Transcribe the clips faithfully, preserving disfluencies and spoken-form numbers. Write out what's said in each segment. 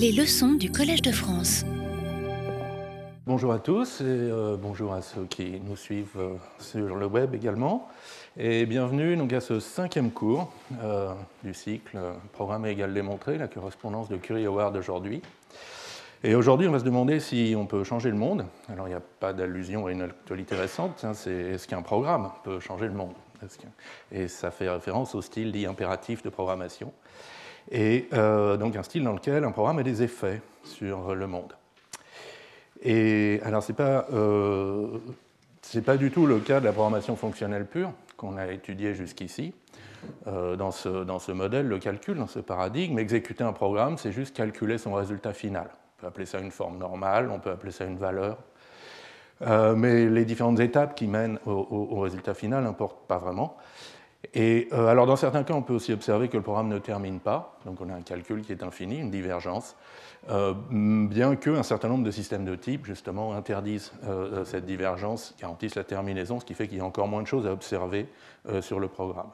Les leçons du Collège de France. Bonjour à tous et euh, bonjour à ceux qui nous suivent euh, sur le web également. Et bienvenue donc, à ce cinquième cours euh, du cycle euh, Programme égal démontré, la correspondance de Curie-Howard aujourd'hui. Et aujourd'hui, on va se demander si on peut changer le monde. Alors, il n'y a pas d'allusion à une actualité récente, hein, c'est est-ce qu'un programme peut changer le monde? Et ça fait référence au style dit impératif de programmation. Et euh, donc un style dans lequel un programme a des effets sur le monde. Et alors, ce n'est pas, euh, c'est pas du tout le cas de la programmation fonctionnelle pure qu'on a étudié jusqu'ici. Euh, dans, ce, dans ce modèle, le calcul, dans ce paradigme, exécuter un programme, c'est juste calculer son résultat final. On peut appeler ça une forme normale, on peut appeler ça une valeur. Euh, mais les différentes étapes qui mènent au, au, au résultat final n'importent pas vraiment. Et euh, alors, dans certains cas, on peut aussi observer que le programme ne termine pas. Donc, on a un calcul qui est infini, une divergence. Euh, bien qu'un certain nombre de systèmes de type, justement, interdisent euh, cette divergence, garantissent la terminaison, ce qui fait qu'il y a encore moins de choses à observer euh, sur le programme.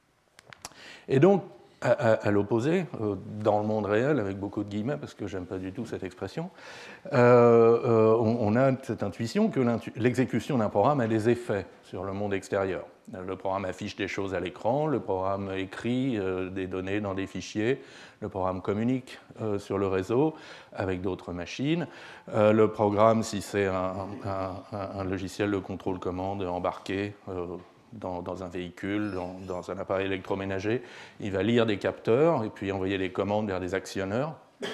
Et donc, à, à, à l'opposé, euh, dans le monde réel, avec beaucoup de guillemets, parce que j'aime pas du tout cette expression, euh, euh, on, on a cette intuition que l'exécution d'un programme a des effets sur le monde extérieur. Le programme affiche des choses à l'écran, le programme écrit euh, des données dans des fichiers, le programme communique euh, sur le réseau avec d'autres machines. Euh, le programme, si c'est un, un, un, un logiciel de contrôle-commande embarqué euh, dans, dans un véhicule, dans, dans un appareil électroménager, il va lire des capteurs et puis envoyer des commandes vers des actionneurs.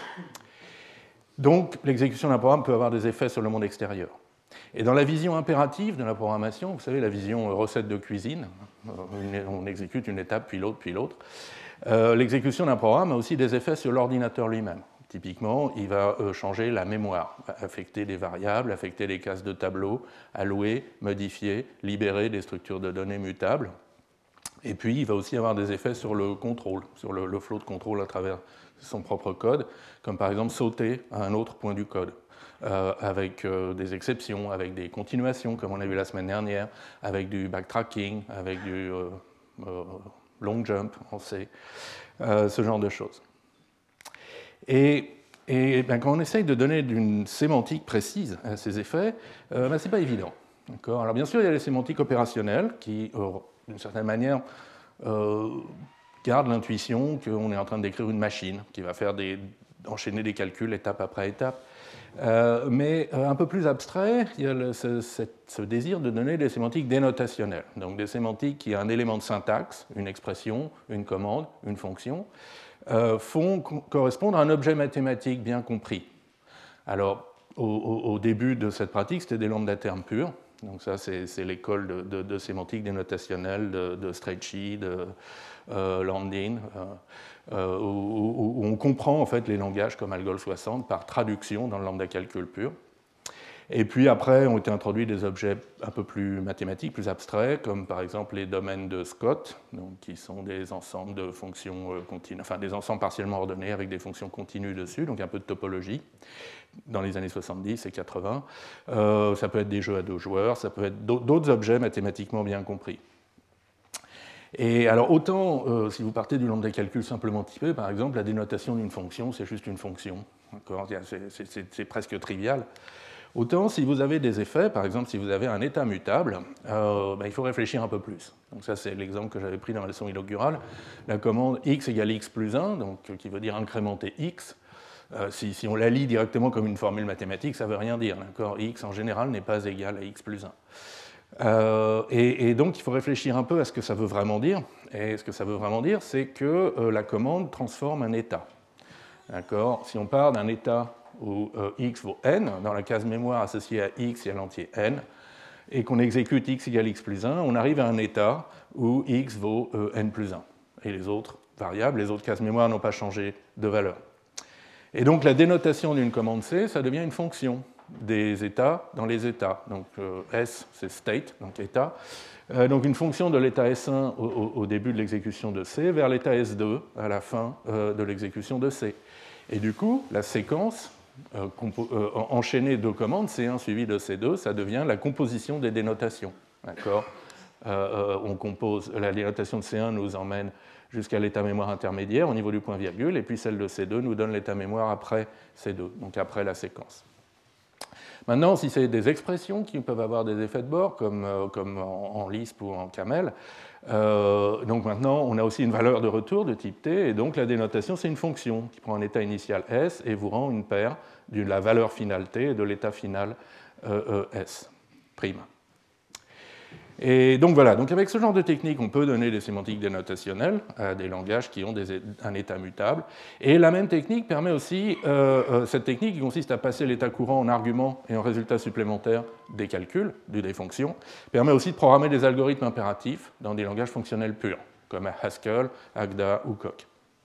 Donc, l'exécution d'un programme peut avoir des effets sur le monde extérieur. Et dans la vision impérative de la programmation, vous savez, la vision recette de cuisine, on exécute une étape, puis l'autre, puis l'autre, euh, l'exécution d'un programme a aussi des effets sur l'ordinateur lui-même. Typiquement, il va changer la mémoire, affecter des variables, affecter des cases de tableau, allouer, modifier, libérer des structures de données mutables. Et puis, il va aussi avoir des effets sur le contrôle, sur le, le flot de contrôle à travers son propre code, comme par exemple sauter à un autre point du code. Euh, avec euh, des exceptions, avec des continuations, comme on a vu la semaine dernière, avec du backtracking, avec du euh, euh, long jump en C, euh, ce genre de choses. Et, et ben, quand on essaye de donner une sémantique précise à ces effets, euh, ben, ce n'est pas évident. Alors bien sûr, il y a les sémantiques opérationnelles qui, euh, d'une certaine manière, euh, gardent l'intuition qu'on est en train de décrire une machine qui va faire des, enchaîner des calculs étape après étape. Euh, mais euh, un peu plus abstrait, il y a le, ce, ce désir de donner des sémantiques dénotationnelles, donc des sémantiques qui ont un élément de syntaxe, une expression, une commande, une fonction, euh, font co- correspondre à un objet mathématique bien compris. Alors, au, au, au début de cette pratique, c'était des lambda termes purs, donc ça c'est, c'est l'école de, de, de sémantique dénotationnelle de, de Strachey, de euh, Landin, euh, Euh, où, où on comprend en fait les langages comme Algol soixante par traduction dans le lambda calcul pur. Et puis après ont été introduits des objets un peu plus mathématiques, plus abstraits, comme par exemple les domaines de Scott, donc, qui sont des ensembles de fonctions euh, continues, enfin des ensembles partiellement ordonnés avec des fonctions continues dessus, donc un peu de topologie, dans les années soixante-dix et quatre-vingts. Euh, ça peut être des jeux à deux joueurs, ça peut être d'autres objets mathématiquement bien compris. Et alors, autant, euh, si vous partez du lambda calcul simplement typé, par exemple, la dénotation d'une fonction, c'est juste une fonction. C'est, c'est, c'est presque trivial. Autant, si vous avez des effets, par exemple, si vous avez un état mutable, euh, ben, il faut réfléchir un peu plus. Donc ça, c'est l'exemple que j'avais pris dans la leçon inaugurale. La commande x égale x plus un, donc, qui veut dire incrémenter x, euh, si, si on la lit directement comme une formule mathématique, ça ne veut rien dire. X, en général, n'est pas égal à x plus un. Euh, et, et donc, il faut réfléchir un peu à ce que ça veut vraiment dire. Et ce que ça veut vraiment dire, c'est que euh, la commande transforme un état. D'accord ? Si on part d'un état où euh, x vaut n, dans la case mémoire associée à x, il y a l'entier n, et qu'on exécute x égale x plus un, on arrive à un état où x vaut euh, n plus un. Et les autres variables, les autres cases mémoire n'ont pas changé de valeur. Et donc, la dénotation d'une commande C, ça devient une fonction des états dans les états. Donc euh, S, c'est state, donc état. Euh, donc une fonction de l'état S un au, au, au début de l'exécution de C vers l'état S deux à la fin euh, de l'exécution de C. Et du coup, la séquence euh, compo- euh, enchaînée de commandes, C un suivi de C deux, ça devient la composition des dénotations. D'accord ? euh, on compose, la dénotation de C un nous emmène jusqu'à l'état mémoire intermédiaire au niveau du point virgule, et puis celle de C deux nous donne l'état mémoire après C deux, donc après la séquence. Maintenant, si c'est des expressions qui peuvent avoir des effets de bord, comme, euh, comme en, en Lisp ou en Camel, euh, donc maintenant, on a aussi une valeur de retour de type T, et donc la dénotation, c'est une fonction qui prend un état initial S et vous rend une paire de la valeur finale T et de l'état final euh, euh, S'. Et donc voilà, donc avec ce genre de technique, on peut donner des sémantiques dénotationnelles à des langages qui ont des, un état mutable. Et la même technique permet aussi, euh, euh, cette technique qui consiste à passer l'état courant en argument et en résultat supplémentaire des calculs, des fonctions, permet aussi de programmer des algorithmes impératifs dans des langages fonctionnels purs, comme Haskell, Agda ou Coq.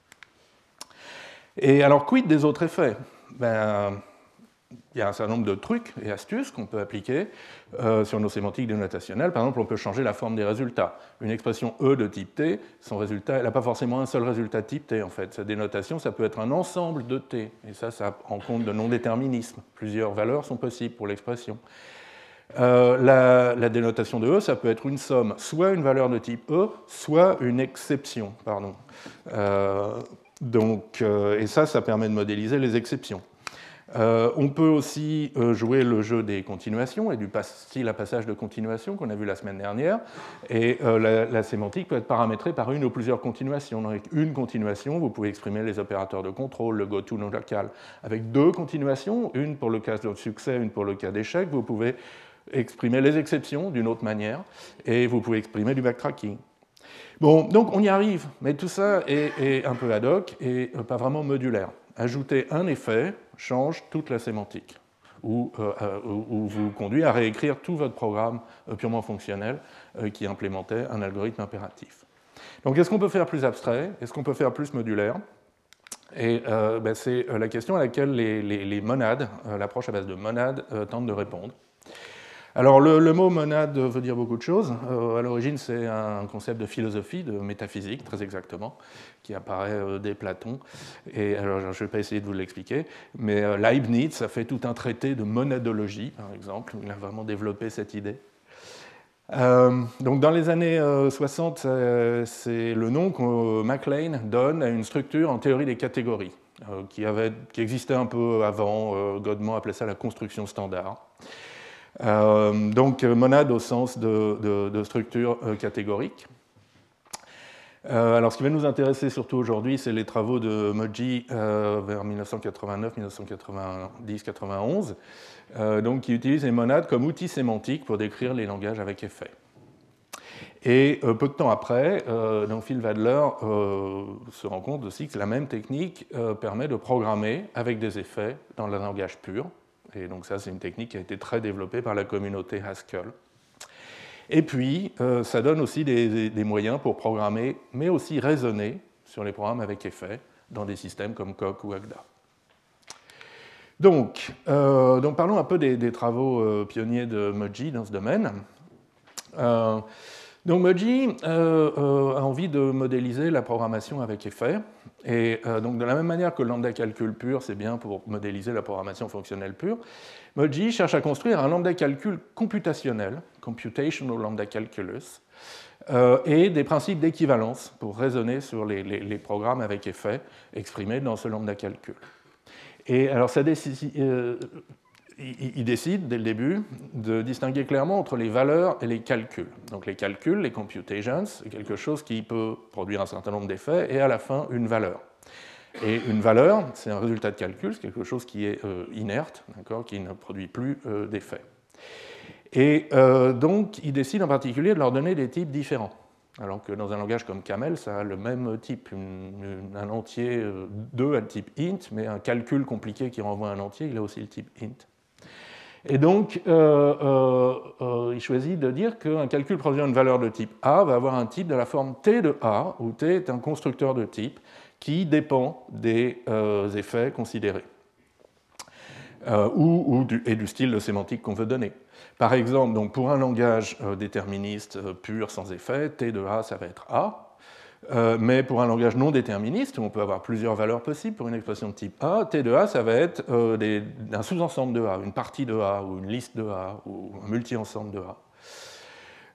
Et alors, quid des autres effets? Ben, il y a un certain nombre de trucs et astuces qu'on peut appliquer euh, sur nos sémantiques dénotationnelles. Par exemple, on peut changer la forme des résultats. Une expression E de type T, son résultat, elle n'a pas forcément un seul résultat de type T, en fait. Sa dénotation, ça peut être un ensemble de T. Et ça, ça rend compte de non-déterminisme. Plusieurs valeurs sont possibles pour l'expression. Euh, la, la dénotation de E, ça peut être une somme, soit une valeur de type E, soit une exception. Pardon. Euh, donc, euh, et ça, ça permet de modéliser les exceptions. Euh, on peut aussi euh, jouer le jeu des continuations et du style à passage de continuation qu'on a vu la semaine dernière. Et euh, la, la sémantique peut être paramétrée par une ou plusieurs continuations. Avec une continuation, vous pouvez exprimer les opérateurs de contrôle, le goto non local. Avec deux continuations, une pour le cas de succès, une pour le cas d'échec, vous pouvez exprimer les exceptions d'une autre manière et vous pouvez exprimer du backtracking. Bon, donc on y arrive, mais tout ça est, est un peu ad hoc et pas vraiment modulaire. Ajouter un effet change toute la sémantique, ou, euh, ou vous conduit à réécrire tout votre programme euh, purement fonctionnel euh, qui implémentait un algorithme impératif. Donc, est-ce qu'on peut faire plus abstrait? Est-ce qu'on peut faire plus modulaire? Et euh, ben, c'est la question à laquelle les, les, les monades, euh, l'approche à base de monades, euh, tente de répondre. Alors, le, le mot monade veut dire beaucoup de choses. Euh, à l'origine, c'est un concept de philosophie, de métaphysique, très exactement, qui apparaît euh, dès Platon. Et alors, je ne vais pas essayer de vous l'expliquer, mais euh, Leibniz a fait tout un traité de monadologie, par exemple, où il a vraiment développé cette idée. Euh, donc, dans les années euh, soixante, euh, c'est le nom que MacLean donne à une structure en théorie des catégories, euh, qui, avait, qui existait un peu avant. Euh, Godman appelait ça la construction standard. Euh, donc, monade au sens de, de, de structure euh, catégorique. Euh, alors, ce qui va nous intéresser surtout aujourd'hui, c'est les travaux de Moji euh, vers dix-neuf cent quatre-vingt-neuf, dix-neuf cent quatre-vingt-dix quatre-vingt-onze, euh, donc, qui utilisent les monades comme outil sémantique pour décrire les langages avec effet. Et euh, peu de temps après, euh, donc Phil Wadler euh, se rend compte aussi que la même technique euh, permet de programmer avec des effets dans le langage pur. Et donc ça, c'est une technique qui a été très développée par la communauté Haskell. Et puis, euh, ça donne aussi des, des moyens pour programmer, mais aussi raisonner sur les programmes avec effet dans des systèmes comme Coq ou Agda. Donc, euh, donc parlons un peu des, des travaux euh, pionniers de Moji dans ce domaine. Euh, donc Moji euh, euh, a envie de modéliser la programmation avec effet. Et euh, donc de la même manière que le lambda calcul pur, c'est bien pour modéliser la programmation fonctionnelle pure, Moji cherche à construire un lambda calcul computationnel, computational lambda calculus, euh, et des principes d'équivalence pour raisonner sur les, les, les programmes avec effet exprimés dans ce lambda calcul. Et alors ça décide, euh, il décide dès le début de distinguer clairement entre les valeurs et les calculs. Donc les calculs, les computations, c'est quelque chose qui peut produire un certain nombre d'effets et à la fin une valeur. Et une valeur, c'est un résultat de calcul, c'est quelque chose qui est euh, inerte, qui ne produit plus euh, d'effets. Et euh, donc il décide en particulier de leur donner des types différents. Alors que dans un langage comme Camel, ça a le même type, une, une, un entier euh, deux a le type int, mais un calcul compliqué qui renvoie un entier, il a aussi le type int. Et donc, euh, euh, euh, il choisit de dire qu'un calcul produisant une valeur de type A va avoir un type de la forme T de A, où T est un constructeur de type qui dépend des euh, effets considérés, euh, ou, ou du, et du style de sémantique qu'on veut donner. Par exemple, donc pour un langage euh, déterministe euh, pur sans effet, T de A, ça va être A. Euh, mais pour un langage non déterministe, où on peut avoir plusieurs valeurs possibles pour une expression de type A, T de A, ça va être euh, des, un sous-ensemble de A, une partie de A, ou une liste de A, ou un multi-ensemble de A.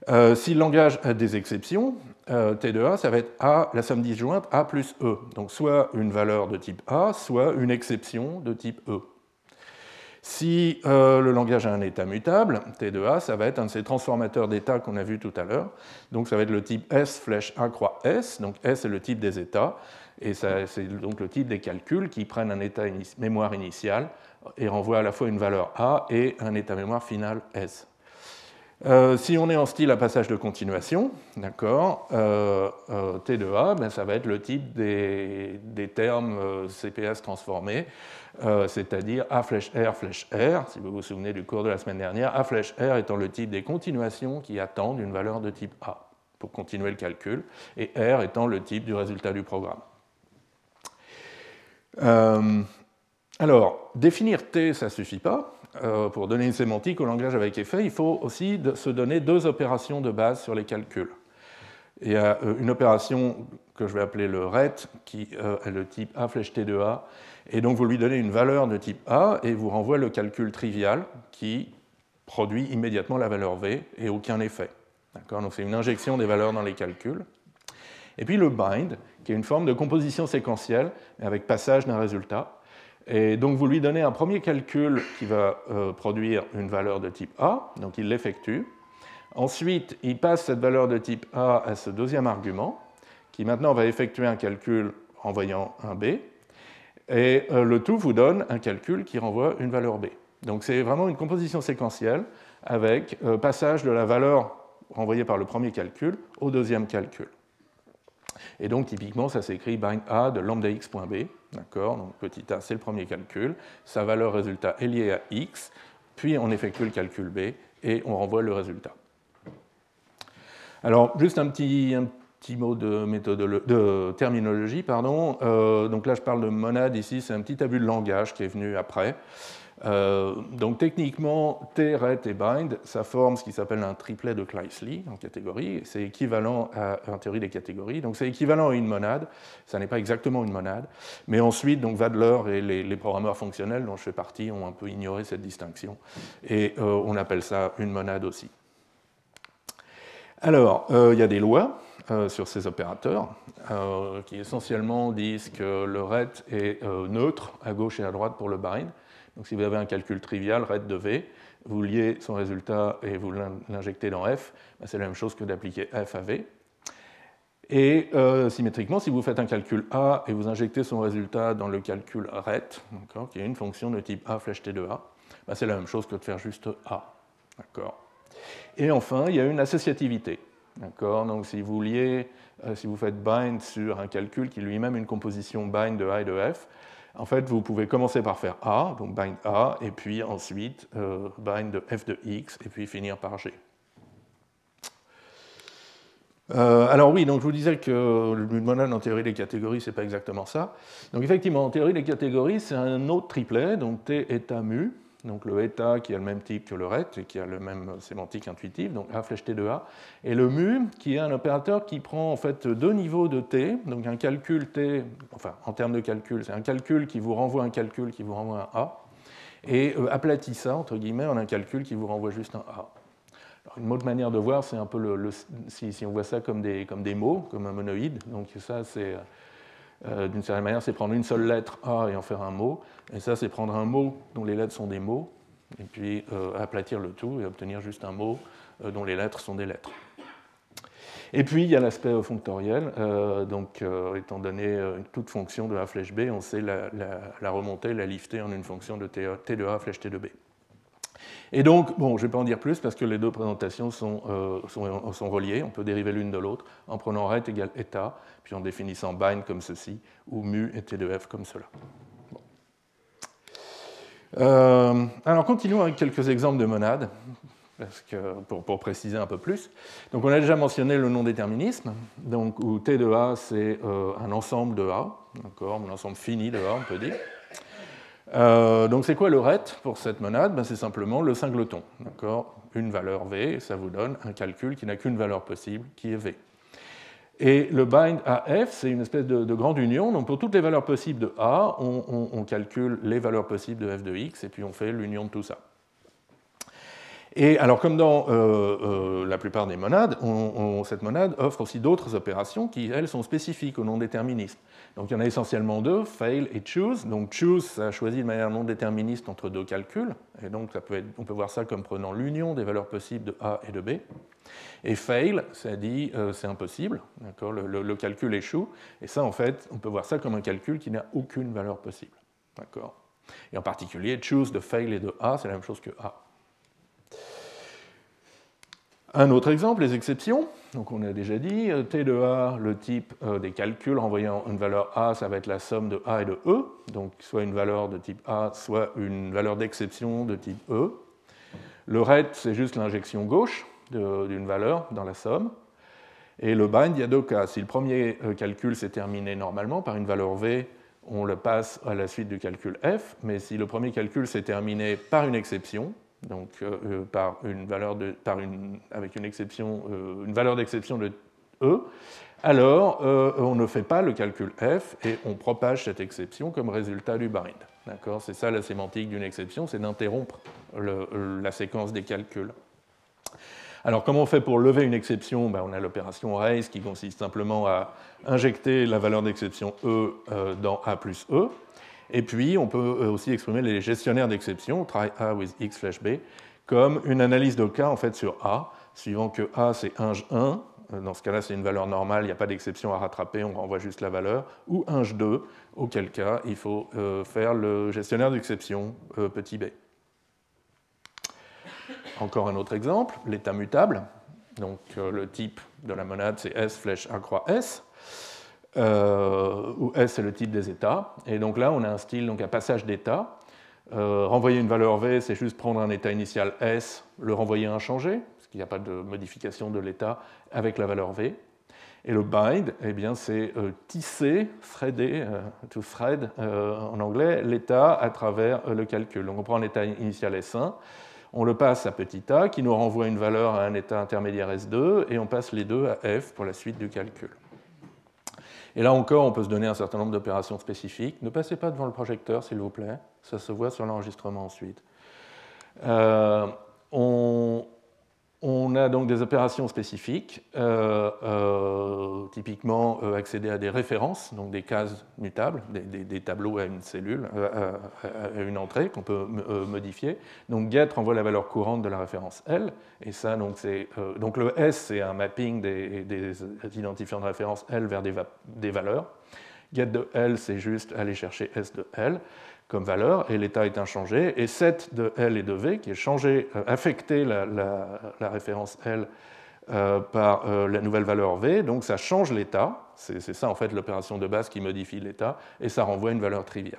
Euh, si le langage a des exceptions, euh, T de A, ça va être A, la somme disjointe A plus E. Donc soit une valeur de type A, soit une exception de type E. Si euh, le langage a un état mutable, T de A, ça va être un de ces transformateurs d'état qu'on a vu tout à l'heure. Donc ça va être le type S flèche A croix S. Donc S est le type des états, et ça, c'est donc le type des calculs qui prennent un état inici- mémoire initial et renvoient à la fois une valeur A et un état mémoire final S. Euh, si on est en style à passage de continuation, d'accord, euh, euh, T de A, ben, ça va être le type des, des termes euh, C P S transformés, euh, c'est-à-dire A flèche R flèche R, si vous vous souvenez du cours de la semaine dernière, A flèche R étant le type des continuations qui attendent une valeur de type A pour continuer le calcul, et R étant le type du résultat du programme. Euh, alors, définir T, ça ne suffit pas. Euh, pour donner une sémantique au langage avec effet, il faut aussi de, se donner deux opérations de base sur les calculs. Il y a euh, une opération que je vais appeler le ret, qui euh, est le type A flèche T de A, et donc vous lui donnez une valeur de type A, et vous renvoie le calcul trivial qui produit immédiatement la valeur V et aucun effet. Donc c'est une injection des valeurs dans les calculs. Et puis le bind, qui est une forme de composition séquentielle avec passage d'un résultat. Et donc vous lui donnez un premier calcul qui va euh, produire une valeur de type A, donc il l'effectue. Ensuite, il passe cette valeur de type A à ce deuxième argument, qui maintenant va effectuer un calcul renvoyant un B, et euh, le tout vous donne un calcul qui renvoie une valeur B. Donc c'est vraiment une composition séquentielle avec euh, passage de la valeur renvoyée par le premier calcul au deuxième calcul. Et donc, typiquement, ça s'écrit bind A de lambda x.b. D'accord ? Donc, petit a, c'est le premier calcul. Sa valeur résultat est liée à x. Puis, on effectue le calcul B et on renvoie le résultat. Alors, juste un petit, un petit mot de, de terminologie. Pardon. Euh, donc là, je parle de monade ici. C'est un petit abus de langage qui est venu après. Euh, donc techniquement, T, ret et bind, ça forme ce qui s'appelle un triplet de Kleisli en catégorie. C'est équivalent à, en théorie des catégories. Donc c'est équivalent à une monade. Ça n'est pas exactement une monade. Mais ensuite, donc Wadler et les, les programmeurs fonctionnels dont je fais partie ont un peu ignoré cette distinction. Et euh, on appelle ça une monade aussi. Alors, euh, il y a des lois euh, sur ces opérateurs euh, qui essentiellement disent que le ret est euh, neutre à gauche et à droite pour le bind. Donc si vous avez un calcul trivial, ret de V, vous liez son résultat et vous l'injectez dans F, ben c'est la même chose que d'appliquer F à V. Et euh, symétriquement, si vous faites un calcul A et vous injectez son résultat dans le calcul ret, qui est une fonction de type A flèche T de A, ben c'est la même chose que de faire juste A. Et enfin, il y a une associativité. Donc si vous liez, euh, si vous faites bind sur un calcul qui lui-même une composition bind de A et de F, en fait, vous pouvez commencer par faire A, donc bind A, et puis ensuite euh, bind de f de x, et puis finir par G. Euh, alors oui, donc je vous disais que une monade en théorie des catégories, c'est pas exactement ça. Donc effectivement, en théorie des catégories, c'est un autre triplet, donc T état mu, donc le état qui a le même type que le ret et qui a le même sémantique intuitive, donc A flèche T de A, et le mu qui est un opérateur qui prend en fait deux niveaux de T, donc un calcul T, enfin en termes de calcul, c'est un calcul qui vous renvoie un calcul qui vous renvoie un A, et euh, aplatit ça, entre guillemets, en un calcul qui vous renvoie juste un A. Alors, une autre manière de voir, c'est un peu le, le si, si on voit ça comme des, comme des mots, comme un monoïde, donc ça c'est... Euh, d'une certaine manière, c'est prendre une seule lettre A et en faire un mot. Et ça, c'est prendre un mot dont les lettres sont des mots, et puis euh, aplatir le tout et obtenir juste un mot euh, dont les lettres sont des lettres. Et puis, il y a l'aspect fonctoriel. Euh, donc, euh, étant donné euh, toute fonction de A flèche B, on sait la, la, la remonter, la lifter en une fonction de T, T de A flèche T de B. Et donc, bon, je ne vais pas en dire plus parce que les deux présentations sont, euh, sont, sont reliées. On peut dériver l'une de l'autre en prenant ret égale état, puis en définissant bind comme ceci, ou mu et T de F comme cela. Bon. Euh, alors, continuons avec quelques exemples de monades, parce que, pour, pour préciser un peu plus. Donc, on a déjà mentionné le non-déterminisme, donc, où T de A, c'est euh, un ensemble de A, un ensemble fini de A, on peut dire. Euh, donc c'est quoi le ret pour cette monade? Ben, c'est simplement le singleton, une valeur V, et ça vous donne un calcul qui n'a qu'une valeur possible, qui est V. Et le bind à F, c'est une espèce de, de grande union, donc pour toutes les valeurs possibles de A, on, on, on calcule les valeurs possibles de f de x, et puis on fait l'union de tout ça. Et alors, comme dans euh, euh, la plupart des monades, on, on, cette monade offre aussi d'autres opérations qui, elles, sont spécifiques au non-déterminisme. Donc, il y en a essentiellement deux, fail et choose. Donc, choose, ça choisit de manière non déterministe entre deux calculs. Et donc, ça peut être, on peut voir ça comme prenant l'union des valeurs possibles de A et de B. Et fail, ça dit euh, c'est impossible, le, le, le calcul échoue. Et ça, en fait, on peut voir ça comme un calcul qui n'a aucune valeur possible. Et en particulier, choose de fail et de A, c'est la même chose que A. Un autre exemple, les exceptions. Donc on a déjà dit, T de A, le type euh, des calculs renvoyant une valeur A, ça va être la somme de A et de E, donc soit une valeur de type A, soit une valeur d'exception de type E. Le ret, c'est juste l'injection gauche d'une valeur dans la somme. Et le bind, il y a deux cas. Si le premier calcul s'est terminé normalement par une valeur V, on le passe à la suite du calcul F, mais si le premier calcul s'est terminé par une exception, donc euh, par une valeur de, par une, avec une, exception, euh, une valeur d'exception de E, alors euh, on ne fait pas le calcul F et on propage cette exception comme résultat du bind. C'est ça la sémantique d'une exception, c'est d'interrompre la séquence des calculs. Alors comment on fait pour lever une exception? Ben, on a l'opération raise qui consiste simplement à injecter la valeur d'exception E euh, dans A plus E. Et puis, on peut aussi exprimer les gestionnaires d'exception, try A with X slash B, comme une analyse de cas en fait, sur A, suivant que A c'est inj un, dans ce cas-là c'est une valeur normale, il n'y a pas d'exception à rattraper, on renvoie juste la valeur, ou inj deux, auquel cas il faut euh, faire le gestionnaire d'exception euh, petit b. Encore un autre exemple, l'état mutable. Donc euh, le type de la monade c'est S flèche A croix S. Euh, où S c'est le type des états. Et donc là, on a un style, donc un passage d'état. Euh, renvoyer une valeur V, c'est juste prendre un état initial S, le renvoyer inchangé, parce qu'il n'y a pas de modification de l'état avec la valeur V. Et le bind, eh bien, c'est euh, tisser, threader, euh, to thread euh, en anglais, l'état à travers euh, le calcul. Donc on prend un état initial S un, on le passe à petit a, qui nous renvoie une valeur à un état intermédiaire S deux, et on passe les deux à F pour la suite du calcul. Et là encore, on peut se donner un certain nombre d'opérations spécifiques. Ne passez pas devant le projecteur, s'il vous plaît. Ça se voit sur l'enregistrement ensuite. Euh, on, on a donc des opérations spécifiques, euh, euh, typiquement euh, accéder à des références, donc des cases mutables, des, des, des tableaux à une cellule, euh, à, à une entrée qu'on peut euh, modifier. Donc get renvoie la valeur courante de la référence L, et ça, donc, c'est, euh, donc le S, c'est un mapping des, des identifiants de référence L vers des, va, des valeurs. Get de L, c'est juste aller chercher S de L comme valeur, et l'état est inchangé, et set de L et de V, qui est changé, euh, affecté la, la, la référence L euh, par euh, la nouvelle valeur V, donc ça change l'état, c'est, c'est ça en fait l'opération de base qui modifie l'état, et ça renvoie une valeur triviale.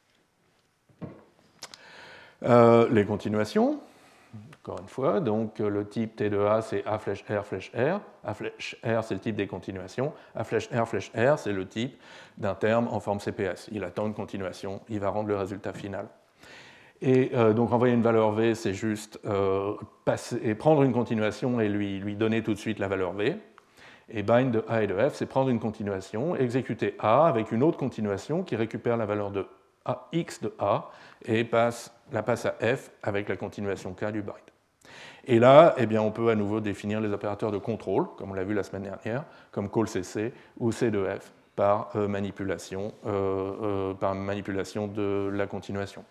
Euh, les continuations, encore une fois, donc le type T de A c'est A flèche R flèche R, A flèche R c'est le type des continuations, A flèche R flèche R c'est le type d'un terme en forme C P S. Il attend une continuation, il va rendre le résultat final. Et euh, donc renvoyer une valeur V, c'est juste euh, passer, et prendre une continuation et lui, lui donner tout de suite la valeur V. Et bind de A et de F, c'est prendre une continuation, exécuter A avec une autre continuation qui récupère la valeur de A, X de A et passe, la passe à F avec la continuation K du bind. Et là, eh bien, on peut à nouveau définir les opérateurs de contrôle, comme on l'a vu la semaine dernière, comme call C C ou C de F, par, euh, manipulation, euh, euh, par manipulation de la continuation.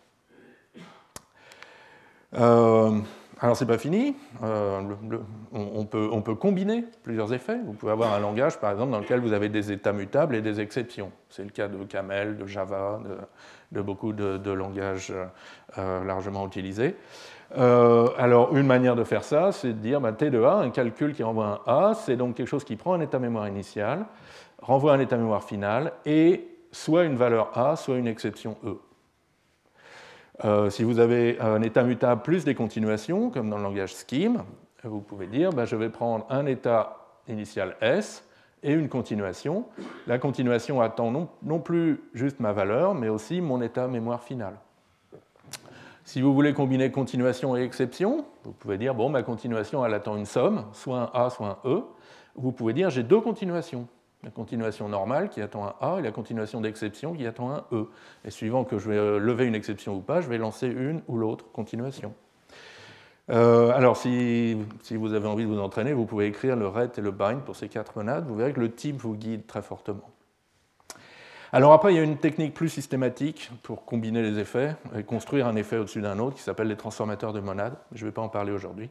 Euh, alors, c'est pas fini. Euh, le, le, on, on, peut, on peut combiner plusieurs effets. Vous pouvez avoir un langage, par exemple, dans lequel vous avez des états mutables et des exceptions. C'est le cas de Camel, de Java, de, de beaucoup de, de langages euh, largement utilisés. Euh, alors, une manière de faire ça, c'est de dire bah, T de A, un calcul qui renvoie un A, c'est donc quelque chose qui prend un état mémoire initial, renvoie un état mémoire final, et soit une valeur A, soit une exception E. Euh, si vous avez un état mutable plus des continuations, comme dans le langage Scheme, vous pouvez dire bah, je vais prendre un état initial S et une continuation. La continuation attend non, non plus juste ma valeur, mais aussi mon état mémoire final. Si vous voulez combiner continuation et exception, vous pouvez dire bon, ma continuation elle attend une somme, soit un A, soit un E. Vous pouvez dire j'ai deux continuations. La continuation normale qui attend un A et la continuation d'exception qui attend un E. Et suivant que je vais lever une exception ou pas, je vais lancer une ou l'autre continuation. Euh, alors, si, si vous avez envie de vous entraîner, vous pouvez écrire le ret et le bind pour ces quatre monades. Vous verrez que le type vous guide très fortement. Alors après, il y a une technique plus systématique pour combiner les effets et construire un effet au-dessus d'un autre qui s'appelle les transformateurs de monades. Je ne vais pas en parler aujourd'hui.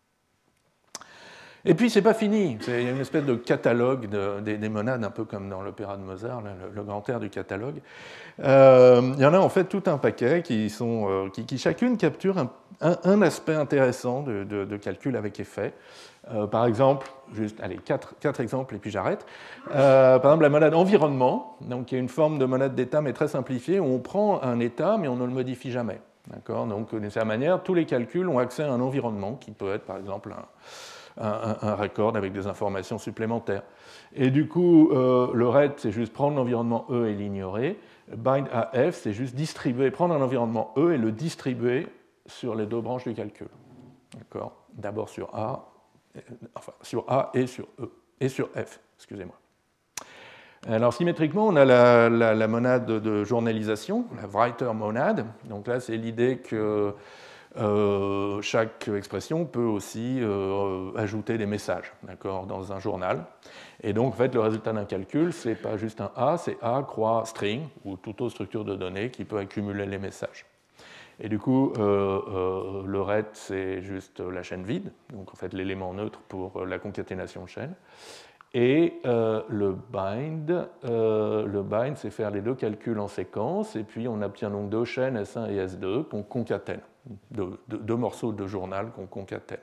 Et puis, c'est pas fini. Il y a une espèce de catalogue de, des, des monades, un peu comme dans l'opéra de Mozart, le, le grand air du catalogue. Euh, il y en a en fait tout un paquet qui, sont, euh, qui, qui chacune capture un, un, un aspect intéressant de, de, de calcul avec effet. Euh, par exemple, juste, allez, quatre, quatre exemples et puis j'arrête. Euh, par exemple, la monade environnement, donc, qui est une forme de monade d'état mais très simplifiée, où on prend un état mais on ne le modifie jamais. D'accord ? Donc, de cette manière, tous les calculs ont accès à un environnement qui peut être, par exemple, un Un, un record avec des informations supplémentaires. Et du coup, euh, le ret, c'est juste prendre l'environnement E et l'ignorer. Bind à F, c'est juste distribuer, prendre un environnement E et le distribuer sur les deux branches du calcul. D'accord ? D'abord sur A, enfin sur A et sur E, et sur F, excusez-moi. Alors symétriquement, on a la, la, la monade de journalisation, la writer monade. Donc là, c'est l'idée que Euh, chaque expression peut aussi euh, ajouter des messages, d'accord, dans un journal. Et donc, en fait, le résultat d'un calcul, ce n'est pas juste un A, c'est A croix string, ou toute autre structure de données qui peut accumuler les messages. Et du coup, euh, euh, le ret, c'est juste la chaîne vide, donc en fait l'élément neutre pour la concaténation de chaînes. Et euh, le bind, euh, le bind, c'est faire les deux calculs en séquence, et puis on obtient donc deux chaînes S un et S deux qu'on concatène, deux, deux, deux morceaux de journal qu'on concatène.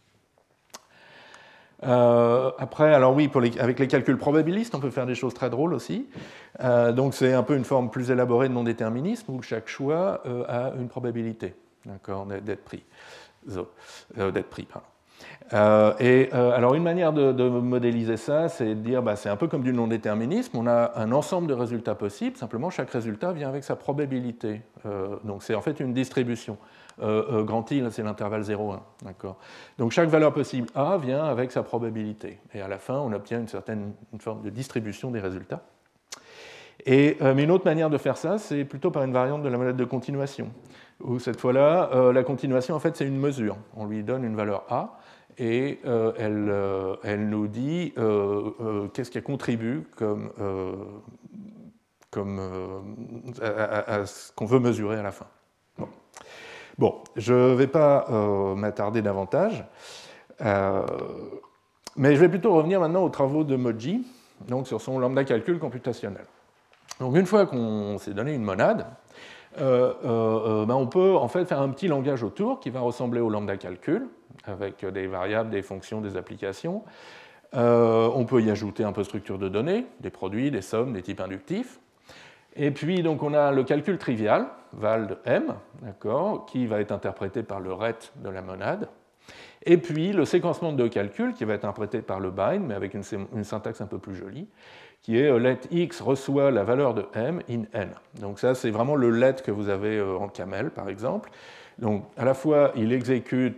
Euh, après, alors oui, pour les, avec les calculs probabilistes, on peut faire des choses très drôles aussi. Euh, donc c'est un peu une forme plus élaborée de non-déterminisme où chaque choix euh, a une probabilité, d'accord, d'être pris, euh, d'être pris, pardon. Euh, et euh, alors une manière de, de modéliser ça, c'est de dire, bah, c'est un peu comme du non-déterminisme, on a un ensemble de résultats possibles, simplement chaque résultat vient avec sa probabilité. Euh, donc c'est en fait une distribution. Euh, euh, grand I, c'est l'intervalle zéro un. D'accord. Donc chaque valeur possible A vient avec sa probabilité. Et à la fin, on obtient une certaine une forme de distribution des résultats. Et, euh, mais une autre manière de faire ça, c'est plutôt par une variante de la monade de continuation, où cette fois-là, euh, la continuation, en fait, c'est une mesure. On lui donne une valeur A, et euh, elle, euh, elle nous dit euh, euh, qu'est-ce qui contribue comme, euh, comme, euh, à, à, à ce qu'on veut mesurer à la fin. Bon, bon je ne vais pas euh, m'attarder davantage, euh, mais je vais plutôt revenir maintenant aux travaux de Moji, donc sur son lambda calcul computationnel. Donc une fois qu'on s'est donné une monade, euh, euh, ben on peut en fait faire un petit langage autour qui va ressembler au lambda calcul, avec des variables, des fonctions, des applications. Euh, on peut y ajouter un peu de structure de données, des produits, des sommes, des types inductifs. Et puis donc on a le calcul trivial, val de M, qui va être interprété par le ret de la monade. Et puis le séquencement de deux calculs qui va être interprété par le bind, mais avec une, une syntaxe un peu plus jolie, qui est let x reçoit la valeur de m in n. Donc ça, c'est vraiment le let que vous avez en camel, par exemple. Donc à la fois, il exécute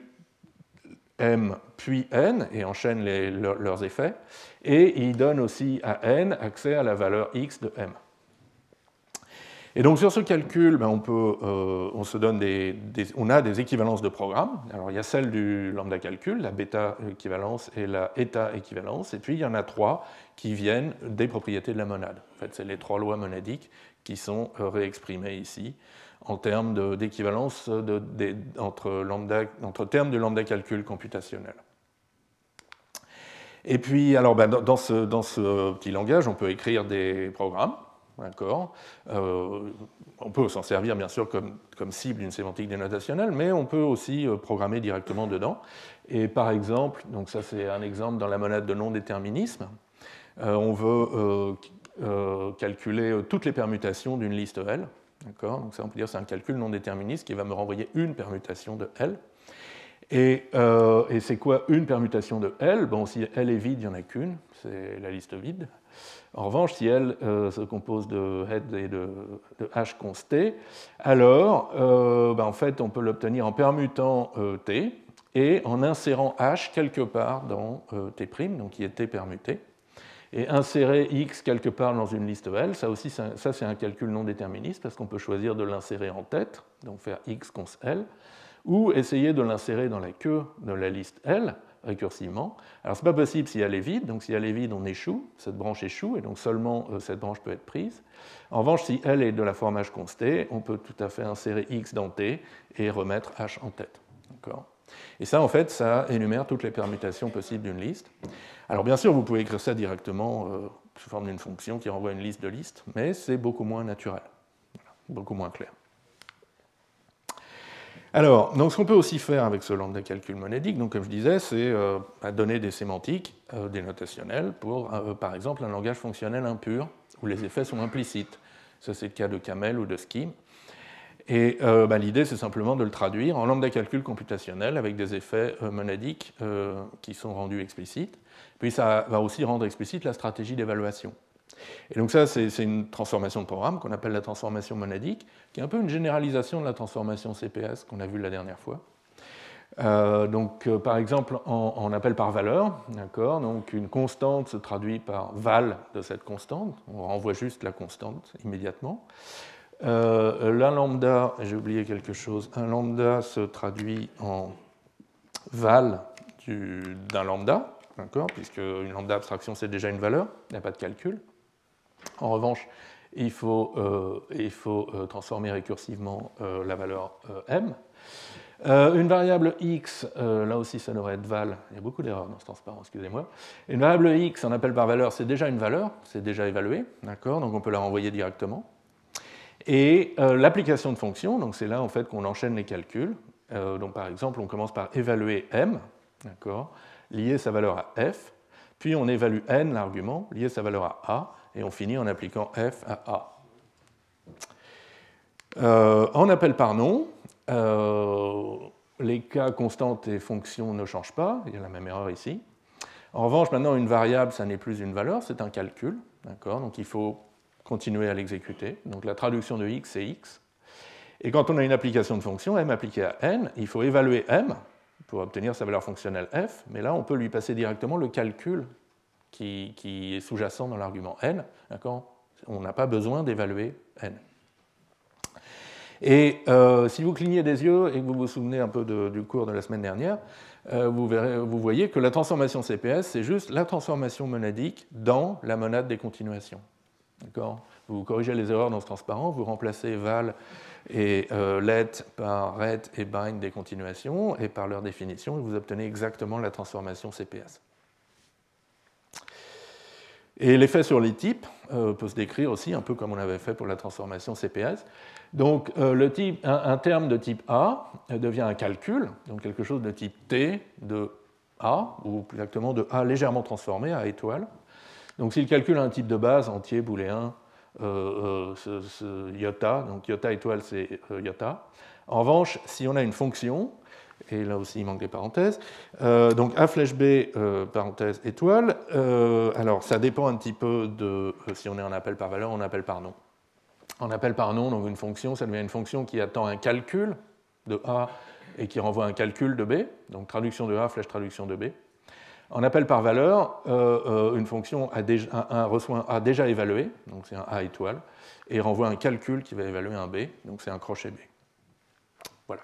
m puis n et enchaîne les, leurs effets, et il donne aussi à n accès à la valeur x de m. Et donc sur ce calcul, ben on, peut, euh, on, se donne des, des, on a des équivalences de programmes. Alors il y a celle du lambda calcul, la bêta équivalence et la eta équivalence, et puis il y en a trois qui viennent des propriétés de la monade. En fait, c'est les trois lois monadiques qui sont réexprimées ici en termes d'équivalence de, de, de, entre, lambda, entre termes du lambda calcul computationnel. Et puis, alors, ben, dans, ce, dans ce petit langage, on peut écrire des programmes. D'accord. Euh, on peut s'en servir bien sûr comme, comme cible d'une sémantique dénotationnelle, mais on peut aussi programmer directement dedans. Et par exemple, donc ça c'est un exemple dans la monade de non-déterminisme, euh, on veut euh, euh, calculer toutes les permutations d'une liste L. D'accord. Donc ça on peut dire c'est un calcul non déterministe qui va me renvoyer une permutation de L. Et, euh, et c'est quoi une permutation de L? Bon, si L est vide, il n'y en a qu'une, c'est la liste vide. En revanche, si L euh, se compose de head et de, de H consté, alors euh, ben en fait, on peut l'obtenir en permutant euh, T et en insérant H quelque part dans euh, T', donc qui est T permuté. Et insérer X quelque part dans une liste L, ça aussi, ça, ça c'est un calcul non déterministe parce qu'on peut choisir de l'insérer en tête, donc faire X const L, ou essayer de l'insérer dans la queue de la liste L, récursivement. Alors, ce n'est pas possible si elle est vide, donc si elle est vide, on échoue, cette branche échoue, et donc seulement euh, cette branche peut être prise. En revanche, si L est de la forme H constée, on peut tout à fait insérer X dans T et remettre H en tête. D'accord ? Et ça, en fait, ça énumère toutes les permutations possibles d'une liste. Alors, bien sûr, vous pouvez écrire ça directement euh, sous forme d'une fonction qui renvoie une liste de listes, mais c'est beaucoup moins naturel, voilà, beaucoup moins clair. Alors, donc ce qu'on peut aussi faire avec ce lambda calcul monadique, donc comme je disais, c'est euh, donner des sémantiques, euh, des notationnels pour, euh, par exemple, un langage fonctionnel impur où les effets sont implicites. Ça, c'est le cas de Camel ou de Scheme. Et euh, bah, l'idée, c'est simplement de le traduire en lambda calcul computationnel avec des effets euh, monadiques euh, qui sont rendus explicites. Puis ça va aussi rendre explicite la stratégie d'évaluation. Et donc ça, c'est une transformation de programme qu'on appelle la transformation monadique, qui est un peu une généralisation de la transformation C P S qu'on a vue la dernière fois. Euh, donc, euh, par exemple, en, en appel par valeur, d'accord, donc une constante se traduit par val de cette constante, on renvoie juste la constante immédiatement. Euh, la lambda, j'ai oublié quelque chose, un lambda se traduit en val d'un lambda, d'accord, puisque une lambda abstraction c'est déjà une valeur, il n'y a pas de calcul. En revanche, il faut, euh, il faut euh, transformer récursivement euh, la valeur euh, m. Euh, une variable x, euh, là aussi ça devrait être val, il y a beaucoup d'erreurs dans ce transparent, excusez-moi. Une variable x en appel par valeur, c'est déjà une valeur, c'est déjà évalué, d'accord, donc on peut la renvoyer directement. Et euh, l'application de fonction, donc c'est là en fait qu'on enchaîne les calculs. Euh, donc par exemple, on commence par évaluer m, d'accord, lier sa valeur à f, puis on évalue n, l'argument, lier sa valeur à a, et on finit en appliquant f à a. Euh, en appel par nom, euh, les cas constantes et fonctions ne changent pas, il y a la même erreur ici. En revanche, maintenant, une variable, ça n'est plus une valeur, c'est un calcul, d'accord, donc il faut continuer à l'exécuter. Donc la traduction de x, c'est x. Et quand on a une application de fonction, m appliquée à n, il faut évaluer m pour obtenir sa valeur fonctionnelle f, mais là, on peut lui passer directement le calcul qui, qui est sous-jacent dans l'argument n. On n'a pas besoin d'évaluer n. Et euh, si vous clignez des yeux et que vous vous souvenez un peu de, du cours de la semaine dernière, euh, vous, verrez, vous voyez que la transformation C P S, c'est juste la transformation monadique dans la monade des continuations. Vous corrigez les erreurs dans ce transparent, vous remplacez val et euh, let par ret et bind des continuations, et par leur définition, vous obtenez exactement la transformation C P S. Et l'effet sur les types euh, peut se décrire aussi un peu comme on avait fait pour la transformation C P S. Donc euh, le type, un, un terme de type A devient un calcul, donc quelque chose de type T de A, ou plus exactement de A légèrement transformé, A étoile. Donc s'il calcule un type de base entier booléen, euh, euh, ce, ce iota, donc iota étoile c'est euh, iota. En revanche, si on a une fonction, et là aussi il manque des parenthèses, euh, donc a flèche b, euh, parenthèse étoile, euh, alors ça dépend un petit peu de euh, si on est en appel par valeur ou en appel par nom. En appel par nom, donc une fonction, ça devient une fonction qui attend un calcul de a et qui renvoie un calcul de b, donc traduction de a flèche traduction de b. En appel par valeur, euh, euh, une fonction a, déjà, un, un reçoit un a déjà évalué, donc c'est un a étoile, et renvoie un calcul qui va évaluer un b, donc c'est un crochet b. Voilà.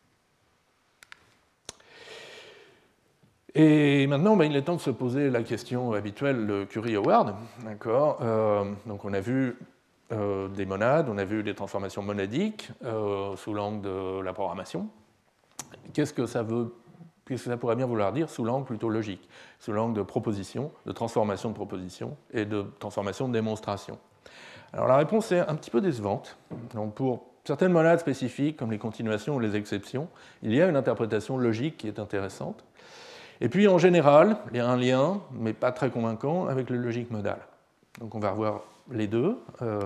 Et maintenant, ben, il est temps de se poser la question habituelle, le Curie-Howard. D'accord. Euh, donc on a vu euh, des monades, on a vu des transformations monadiques euh, sous l'angle de la programmation. Qu'est-ce que ça veut Qu'est-ce que ça pourrait bien vouloir dire sous l'angle plutôt logique, sous l'angle de proposition, de transformation de proposition et de transformation de démonstration? Alors la réponse est un petit peu décevante. Donc pour certaines monades spécifiques, comme les continuations ou les exceptions, il y a une interprétation logique qui est intéressante. Et puis en général, il y a un lien, mais pas très convaincant, avec le logique modal. Donc on va revoir les deux. Euh,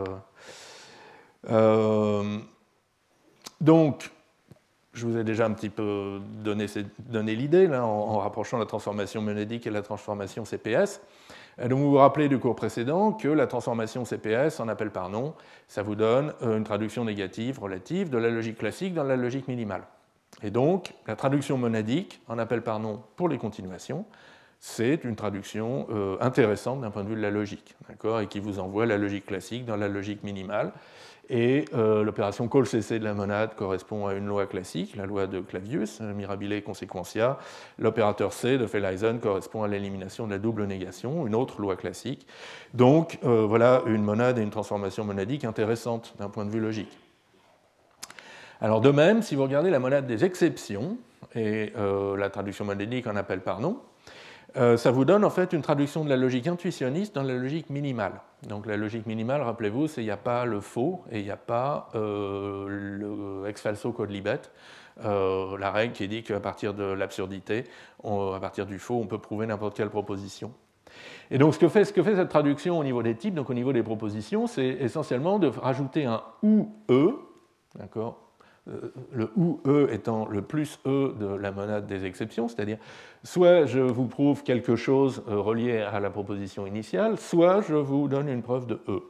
euh, donc, je vous ai déjà un petit peu donné, donné l'idée, là, en, en rapprochant la transformation monadique et la transformation C P S. Donc vous vous rappelez du cours précédent que la transformation C P S en appel par nom, ça vous donne une traduction négative relative de la logique classique dans la logique minimale. Et donc, la traduction monadique en appel par nom pour les continuations, c'est une traduction euh, intéressante d'un point de vue de la logique, d'accord, et qui vous envoie la logique classique dans la logique minimale. Et euh, l'opération call-C C de la monade correspond à une loi classique, la loi de Clavius, mirabile consequentia. L'opérateur C de Fehlhausen correspond à l'élimination de la double négation, une autre loi classique. Donc euh, voilà une monade et une transformation monadique intéressante d'un point de vue logique. Alors de même, si vous regardez la monade des exceptions, et euh, la traduction monadique en appelle par nom, Euh, ça vous donne en fait une traduction de la logique intuitionniste dans la logique minimale. Donc la logique minimale, rappelez-vous, c'est il n'y a pas le faux et il n'y a pas euh, le ex falso quodlibet, euh, la règle qui dit qu'à partir de l'absurdité, à partir du faux, on peut prouver n'importe quelle proposition. Et donc ce que, fait, ce que fait cette traduction au niveau des types, donc au niveau des propositions, c'est essentiellement de rajouter un ou e, d'accord, le ou e étant le plus e de la monade des exceptions, c'est-à-dire soit je vous prouve quelque chose relié à la proposition initiale, soit je vous donne une preuve de e.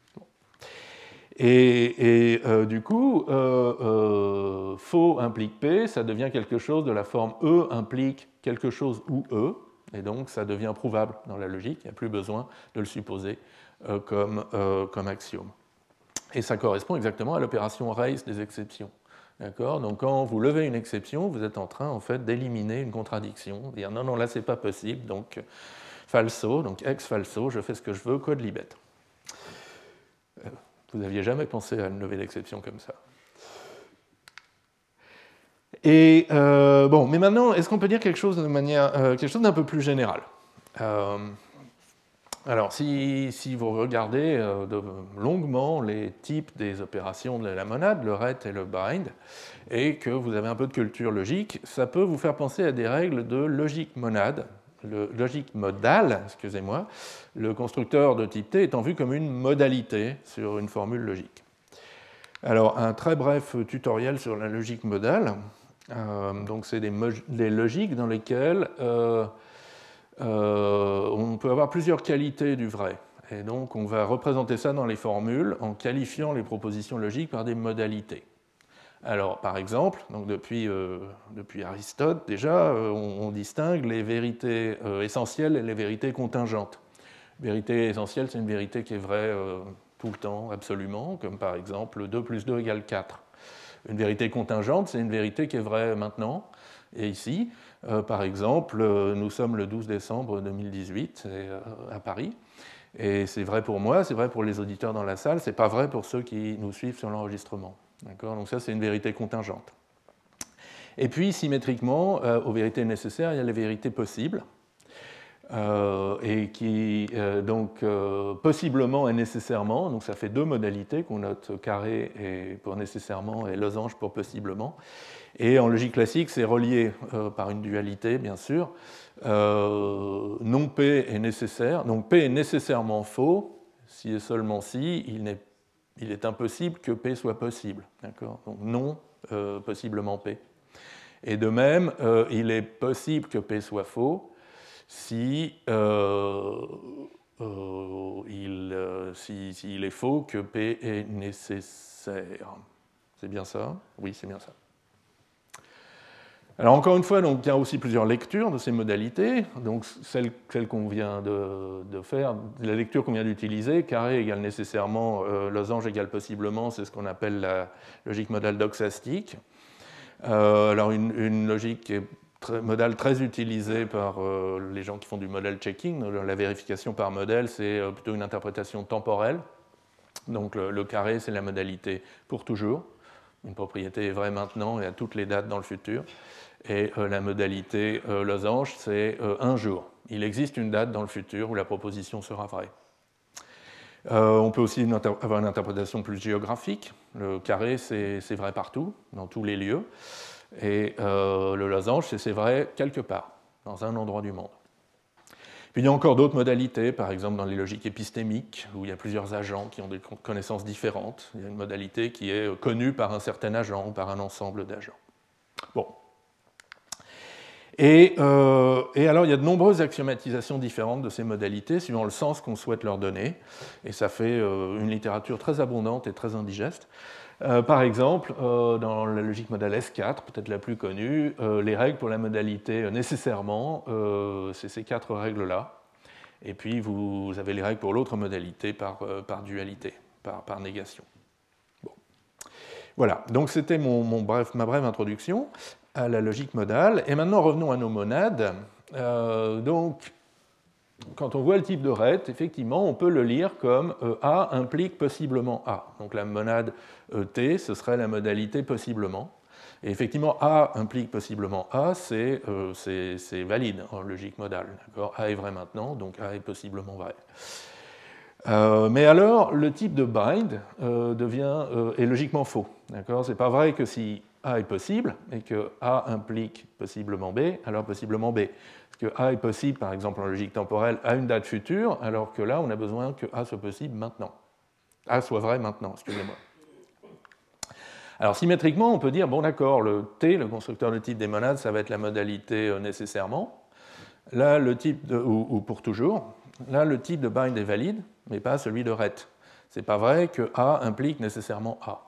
Et, et euh, du coup, euh, euh, faux implique P, ça devient quelque chose de la forme E implique quelque chose ou E, et donc ça devient prouvable dans la logique, il n'y a plus besoin de le supposer euh, comme, euh, comme axiome. Et ça correspond exactement à l'opération race des exceptions. D'accord ? Donc quand vous levez une exception, vous êtes en train en fait d'éliminer une contradiction, dire non, non, là c'est pas possible, donc falso, donc ex falso, je fais ce que je veux, quodlibet. Vous n'aviez jamais pensé à une levée d'exception comme ça. Et euh, bon, mais maintenant, est-ce qu'on peut dire quelque chose de manière, euh, quelque chose d'un peu plus général ? euh, Alors, si, si vous regardez euh, de, longuement les types des opérations de la monade, le ret et le bind, et que vous avez un peu de culture logique, ça peut vous faire penser à des règles de logique monade, le, logique modale, excusez-moi, le constructeur de type T étant vu comme une modalité sur une formule logique. Alors, un très bref tutoriel sur la logique modale. Euh, donc, c'est des, des logiques dans lesquelles euh, Euh, on peut avoir plusieurs qualités du vrai. Et donc, on va représenter ça dans les formules en qualifiant les propositions logiques par des modalités. Alors, par exemple, donc depuis, euh, depuis Aristote, déjà, euh, on, on distingue les vérités euh, essentielles et les vérités contingentes. Vérité essentielle, c'est une vérité qui est vraie euh, tout le temps, absolument, comme par exemple deux plus deux égale quatre. Une vérité contingente, c'est une vérité qui est vraie maintenant et ici. Euh, par exemple, euh, nous sommes le douze décembre deux mille dix-huit et, euh, à Paris, et c'est vrai pour moi, c'est vrai pour les auditeurs dans la salle, c'est pas vrai pour ceux qui nous suivent sur l'enregistrement. D'accord ? Donc ça, c'est une vérité contingente. Et puis, symétriquement, euh, aux vérités nécessaires, il y a les vérités possibles, euh, et qui, euh, donc, euh, possiblement et nécessairement, donc ça fait deux modalités qu'on note carré et pour nécessairement et losange pour possiblement. Et en logique classique, c'est relié euh, par une dualité, bien sûr. Euh, non P est nécessaire. Donc P est nécessairement faux, si et seulement si, il est, il est impossible que P soit possible. D'accord ? Donc non, euh, possiblement P. Et de même, euh, il est possible que P soit faux si, euh, euh, il, euh, si, si il est faux que P est nécessaire. C'est bien ça ? Oui, c'est bien ça. Alors encore une fois, donc, il y a aussi plusieurs lectures de ces modalités. Donc celle, celle qu'on vient de, de faire, la lecture qu'on vient d'utiliser, carré égale nécessairement, euh, losange égale possiblement, c'est ce qu'on appelle la logique modale doxastique. Euh, alors une, une logique qui est très, modale très utilisée par euh, les gens qui font du model checking. La vérification par modèle, c'est plutôt une interprétation temporelle. Donc le, le carré, c'est la modalité pour toujours. Une propriété est vraie maintenant et à toutes les dates dans le futur. Et euh, la modalité euh, losange, c'est euh, un jour. Il existe une date dans le futur où la proposition sera vraie. Euh, on peut aussi avoir une interprétation plus géographique. Le carré, c'est vrai partout, dans tous les lieux. Et euh, le losange, c'est vrai quelque part, dans un endroit du monde. Puis il y a encore d'autres modalités, par exemple dans les logiques épistémiques, où il y a plusieurs agents qui ont des connaissances différentes. Il y a une modalité qui est connue par un certain agent ou par un ensemble d'agents. Bon. Et, euh, et alors, il y a de nombreuses axiomatisations différentes de ces modalités, suivant le sens qu'on souhaite leur donner. Et ça fait euh, une littérature très abondante et très indigeste. Euh, par exemple, euh, dans la logique modale S quatre, peut-être la plus connue, euh, les règles pour la modalité euh, nécessairement, euh, c'est ces quatre règles-là. Et puis, vous avez les règles pour l'autre modalité par, euh, par dualité, par, par négation. Voilà, donc c'était mon, mon bref, ma brève introduction à la logique modale. Et maintenant, revenons à nos monades. Euh, donc, quand on voit le type de Ret, effectivement, on peut le lire comme euh, A implique possiblement A. Donc la monade euh, T, ce serait la modalité possiblement. Et effectivement, A implique possiblement A, c'est euh, valide en logique modale. A est vrai maintenant, donc A est possiblement vrai. Euh, mais alors, le type de bind euh, devient, euh, est logiquement faux. Ce n'est pas vrai que si A est possible et que A implique possiblement B, alors possiblement B. Parce que A est possible, par exemple en logique temporelle, à une date future, alors que là, on a besoin que A soit possible maintenant. A soit vrai maintenant, excusez-moi. Alors symétriquement, on peut dire, bon d'accord, le T, le constructeur de type des monades, ça va être la modalité euh, nécessairement. Là, le type de, ou, ou pour toujours. Là, le type de bind est valide, mais pas celui de Ret. Ce n'est pas vrai que A implique nécessairement A.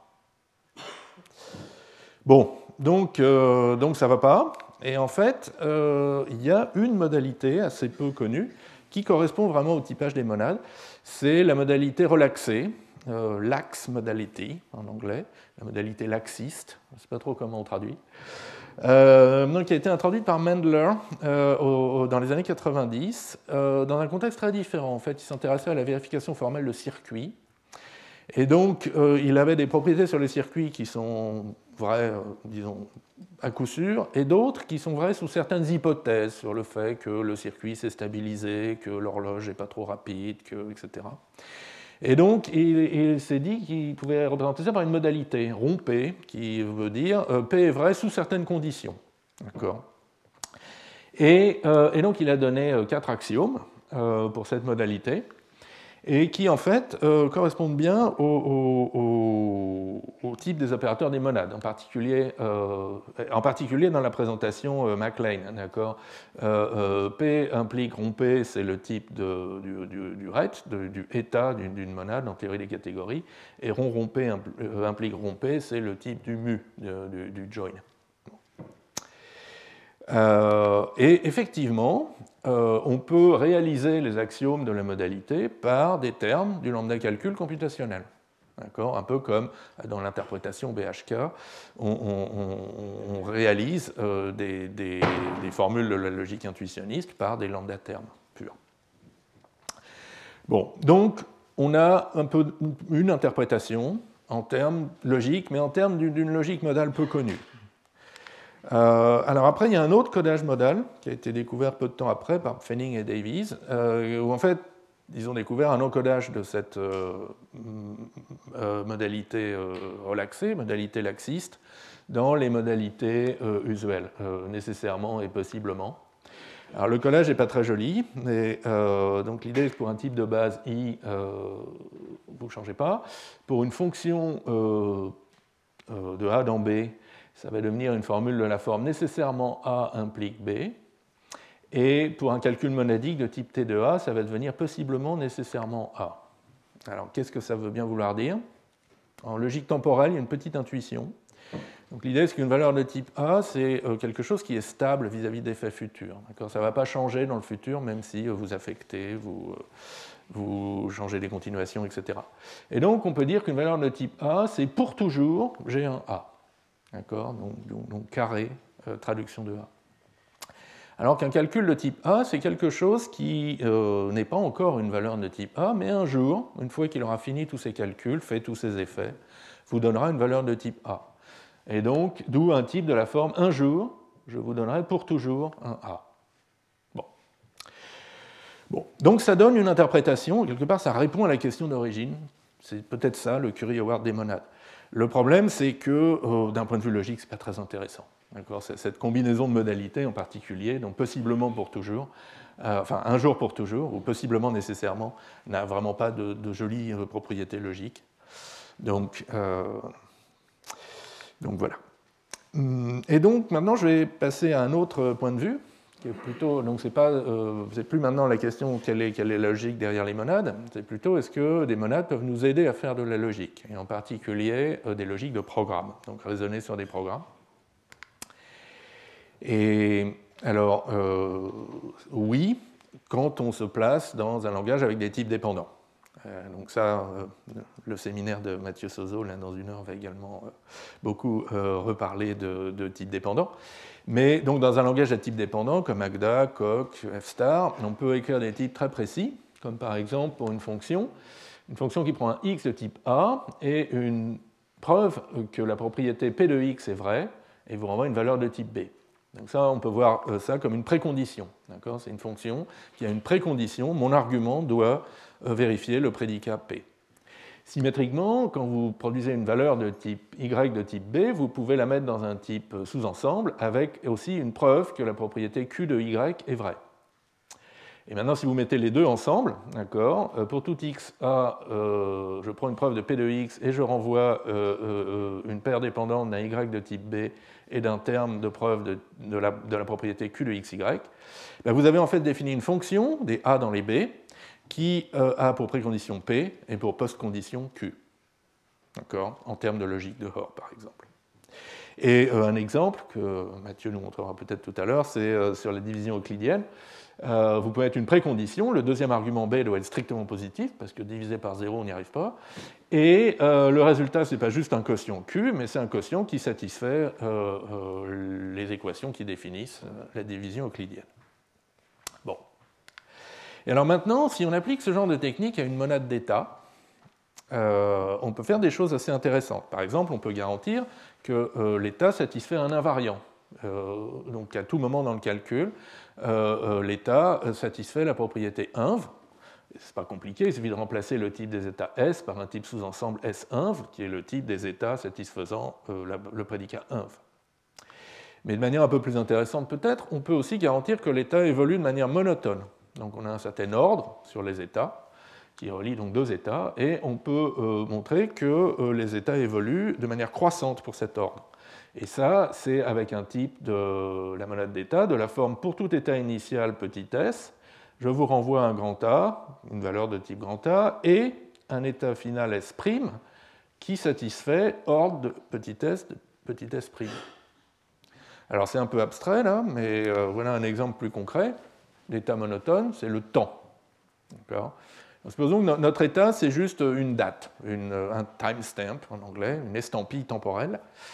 Bon, donc, euh, donc ça ne va pas. Et en fait, euh, il y a une modalité assez peu connue qui correspond vraiment au typage des monades. C'est la modalité relaxée, euh, lax modality en anglais, la modalité laxiste, je ne sais pas trop comment on traduit. Euh, donc, qui a été introduite par Mendler euh, au, dans les années quatre-vingt-dix, euh, dans un contexte très différent. En fait, il s'intéressait à la vérification formelle de circuits. Et donc, euh, il avait des propriétés sur les circuits qui sont vraies, euh, disons, à coup sûr, et d'autres qui sont vraies sous certaines hypothèses sur le fait que le circuit s'est stabilisé, que l'horloge n'est pas trop rapide, que, et cetera. Et donc, il, il s'est dit qu'il pouvait représenter ça par une modalité, rond P, qui veut dire euh, P est vrai sous certaines conditions. D'accord. Et, euh, et donc, il a donné euh, quatre axiomes euh, pour cette modalité, et qui, en fait, euh, correspondent bien au, au, au, au type des opérateurs des monades, en particulier, euh, en particulier dans la présentation euh, MacLane. D'accord. Euh, euh, P implique rond P, c'est le type de, du, du, du Ret, de, du état d'une monade en théorie des catégories, et rond rond P implique rond P, c'est le type du mu, du, du join. Euh, et effectivement, euh, on peut réaliser les axiomes de la modalité par des termes du lambda calcul computationnel. Un peu comme dans l'interprétation B H K, on, on, on réalise euh, des, des, des formules de la logique intuitionniste par des lambda termes purs. Bon, donc on a un peu une interprétation en termes logiques, mais en termes d'une logique modale peu connue. Euh, alors après, il y a un autre codage modal qui a été découvert peu de temps après par Pfennig et Davies, euh, où en fait, ils ont découvert un encodage de cette euh, euh, modalité euh, relaxée, modalité laxiste, dans les modalités euh, usuelles, euh, nécessairement et possiblement. Alors le collage n'est pas très joli, mais euh, donc l'idée est que pour un type de base I, euh, vous ne changez pas. Pour une fonction euh, euh, de A dans B, ça va devenir une formule de la forme nécessairement A implique B. Et pour un calcul monadique de type T de A, ça va devenir possiblement nécessairement A. Alors qu'est-ce que ça veut bien vouloir dire? En logique temporelle, il y a une petite intuition. Donc l'idée, c'est qu'une valeur de type A, c'est quelque chose qui est stable vis-à-vis d'effets futurs. Ça ne va pas changer dans le futur, même si vous affectez, vous, vous changez des continuations, et cetera. Et donc, on peut dire qu'une valeur de type A, c'est pour toujours G un A. D'accord, donc, donc, donc carré, euh, traduction de A. Alors qu'un calcul de type A, c'est quelque chose qui euh, n'est pas encore une valeur de type A, mais un jour, une fois qu'il aura fini tous ses calculs, fait tous ses effets, vous donnera une valeur de type A. Et donc, d'où un type de la forme un jour, je vous donnerai pour toujours un A. Bon. Bon. Donc ça donne une interprétation, quelque part ça répond à la question d'origine. C'est peut-être ça le Curie-Howard des monades. Le problème, c'est que euh, d'un point de vue logique, ce n'est pas très intéressant. Cette combinaison de modalités en particulier, donc possiblement pour toujours, euh, enfin un jour pour toujours, ou possiblement nécessairement, n'a vraiment pas de, de jolies euh, propriétés logiques. Donc, euh, donc voilà. Et donc maintenant, je vais passer à un autre point de vue, qui est plutôt, donc c'est pas, euh, c'est plus maintenant la question quelle est, quelle est la logique derrière les monades, c'est plutôt est-ce que des monades peuvent nous aider à faire de la logique, et en particulier euh, des logiques de programmes, donc raisonner sur des programmes. Et alors, euh, oui, quand on se place dans un langage avec des types dépendants. Euh, donc ça, euh, le séminaire de Mathieu Sozo, là, dans une heure, va également euh, beaucoup euh, reparler de, de types dépendants. Mais donc, dans un langage à type dépendant, comme Agda, Coq, F star, on peut écrire des types très précis, comme par exemple pour une fonction, une fonction qui prend un x de type A et une preuve que la propriété P de x est vraie et vous renvoie une valeur de type B. Donc ça, on peut voir ça comme une précondition. C'est une fonction qui a une précondition. Mon argument doit vérifier le prédicat P. Symétriquement, quand vous produisez une valeur de type Y de type B, vous pouvez la mettre dans un type sous-ensemble avec aussi une preuve que la propriété Q de Y est vraie. Et maintenant, si vous mettez les deux ensemble, d'accord, pour tout x a, euh, je prends une preuve de P de x et je renvoie euh, euh, une paire dépendante d'un y de type B et d'un terme de preuve de, de, la, de la propriété Q de xy, ben vous avez en fait défini une fonction, des a dans les b, qui euh, a pour précondition P et pour postcondition Q, d'accord, en termes de logique de Hoare, par exemple. Et euh, un exemple que Mathieu nous montrera peut-être tout à l'heure, c'est euh, sur la division euclidienne. Euh, vous pouvez mettre une précondition, le deuxième argument B doit être strictement positif, parce que divisé par zéro, on n'y arrive pas. Et euh, le résultat, ce n'est pas juste un quotient Q, mais c'est un quotient qui satisfait euh, euh, les équations qui définissent la division euclidienne. Bon. Et alors maintenant, si on applique ce genre de technique à une monade d'état, euh, on peut faire des choses assez intéressantes. Par exemple, on peut garantir que euh, l'état satisfait un invariant. Euh, donc à tout moment dans le calcul, euh, euh, l'état satisfait la propriété inv. C'est pas compliqué, il suffit de remplacer le type des états S par un type sous-ensemble S-inv, qui est le type des états satisfaisant euh, la, le prédicat inv. Mais de manière un peu plus intéressante peut-être, on peut aussi garantir que l'état évolue de manière monotone. Donc on a un certain ordre sur les états, qui relie donc deux états, et on peut euh, montrer que euh, les états évoluent de manière croissante pour cet ordre. Et ça, c'est avec un type de la monade d'état de la forme pour tout état initial petit s, je vous renvoie un grand A, une valeur de type grand A, et un état final S' qui satisfait ordre de petit s de petit s'. Alors c'est un peu abstrait là, mais euh, voilà un exemple plus concret. L'état monotone, c'est le temps. D'accord ? Supposons que notre état, c'est juste une date, une, un timestamp en anglais, une estampille temporelle.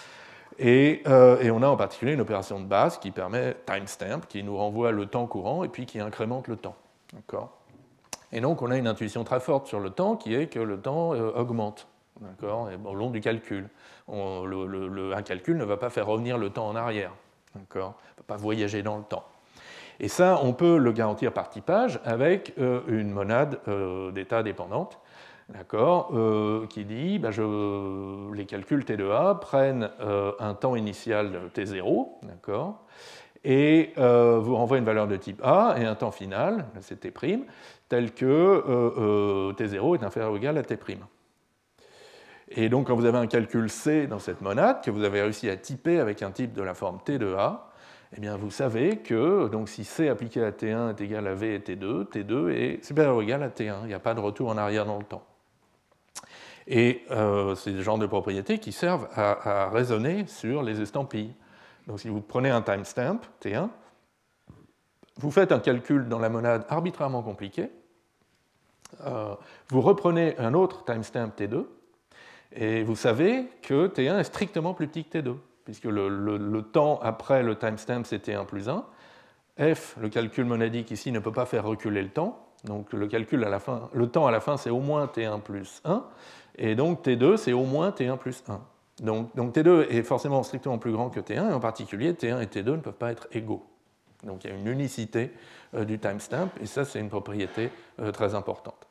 Et, euh, et on a en particulier une opération de base qui permet timestamp, qui nous renvoie le temps courant et puis qui incrémente le temps. D'accord ? Et donc on a une intuition très forte sur le temps qui est que le temps euh, augmente, d'accord, et, bon, au long du calcul. On, le, le, le, un calcul ne va pas faire revenir le temps en arrière, d'accord, ne va pas voyager dans le temps. Et ça, on peut le garantir par typage avec euh, une monade euh, d'état dépendante, d'accord, euh, qui dit bah, je, les calculs T de A prennent euh, un temps initial T zéro, d'accord, et euh, vous renvoie une valeur de type A et un temps final, c'est T', tel que euh, euh, T zéro est inférieur ou égal à T'. Et donc, quand vous avez un calcul C dans cette monade, que vous avez réussi à typer avec un type de la forme T de A, eh bien, vous savez que donc, si C appliqué à T un est égal à V et T deux, T deux est supérieur ou égal à T un. Il n'y a pas de retour en arrière dans le temps. Et euh, c'est ce genre de propriétés qui servent à, à raisonner sur les estampilles. Donc, si vous prenez un timestamp, T un, vous faites un calcul dans la monade arbitrairement compliqué, euh, vous reprenez un autre timestamp T deux, et vous savez que T un est strictement plus petit que T deux, puisque le, le, le temps après le timestamp, c'est T un plus un. F, le calcul monadique ici, ne peut pas faire reculer le temps, donc le, calcul à la fin, le temps à la fin, c'est au moins T un plus un, et donc T deux, c'est au moins T un plus un. Donc, donc T deux est forcément strictement plus grand que T un, et en particulier, T un et T deux ne peuvent pas être égaux. Donc il y a une unicité euh, du timestamp, et ça, c'est une propriété euh, très importante.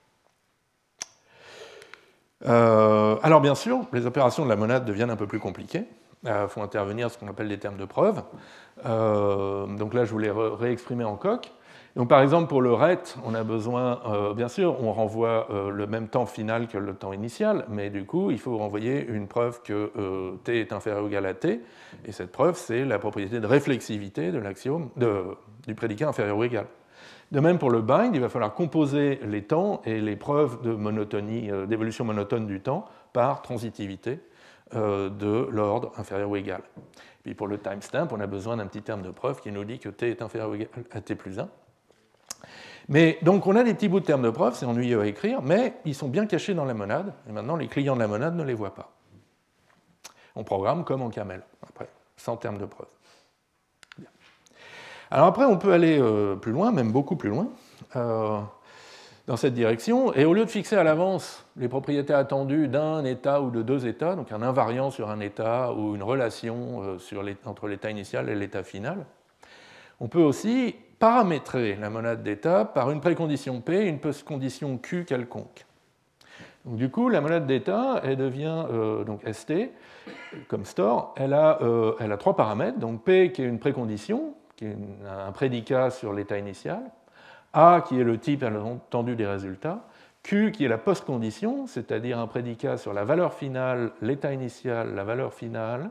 Euh, alors bien sûr, les opérations de la monade deviennent un peu plus compliquées. Il euh, faut intervenir ce qu'on appelle des termes de preuve. Euh, donc là, je voulais ré- réexprimer en coq. Donc par exemple, pour le ret, on a besoin, euh, bien sûr, on renvoie euh, le même temps final que le temps initial, mais du coup, il faut renvoyer une preuve que euh, t est inférieur ou égal à t, et cette preuve, c'est la propriété de réflexivité de l'axiome de, du prédicat inférieur ou égal. De même pour le bind, il va falloir composer les temps et les preuves de monotonie, euh, d'évolution monotone du temps par transitivité euh, de l'ordre inférieur ou égal. Puis pour le timestamp, on a besoin d'un petit terme de preuve qui nous dit que t est inférieur ou égal à t plus un. Mais donc on a des petits bouts de termes de preuve, c'est ennuyeux à écrire, mais ils sont bien cachés dans la monade, et maintenant les clients de la monade ne les voient pas. On programme comme en camel, après, sans termes de preuve. Bien. Alors après, on peut aller euh, plus loin, même beaucoup plus loin, euh, dans cette direction, et au lieu de fixer à l'avance les propriétés attendues d'un état ou de deux états, donc un invariant sur un état ou une relation euh, sur entre l'état initial et l'état final, on peut aussi paramétrer la monade d'état par une précondition P et une postcondition Q quelconque. Donc, du coup, la monade d'état, elle devient euh, donc S T, comme store, elle a, euh, elle a trois paramètres, donc P qui est une précondition, qui est une, un prédicat sur l'état initial, A qui est le type bien entendu des résultats, Q qui est la postcondition, c'est-à-dire un prédicat sur la valeur finale, l'état initial, la valeur finale.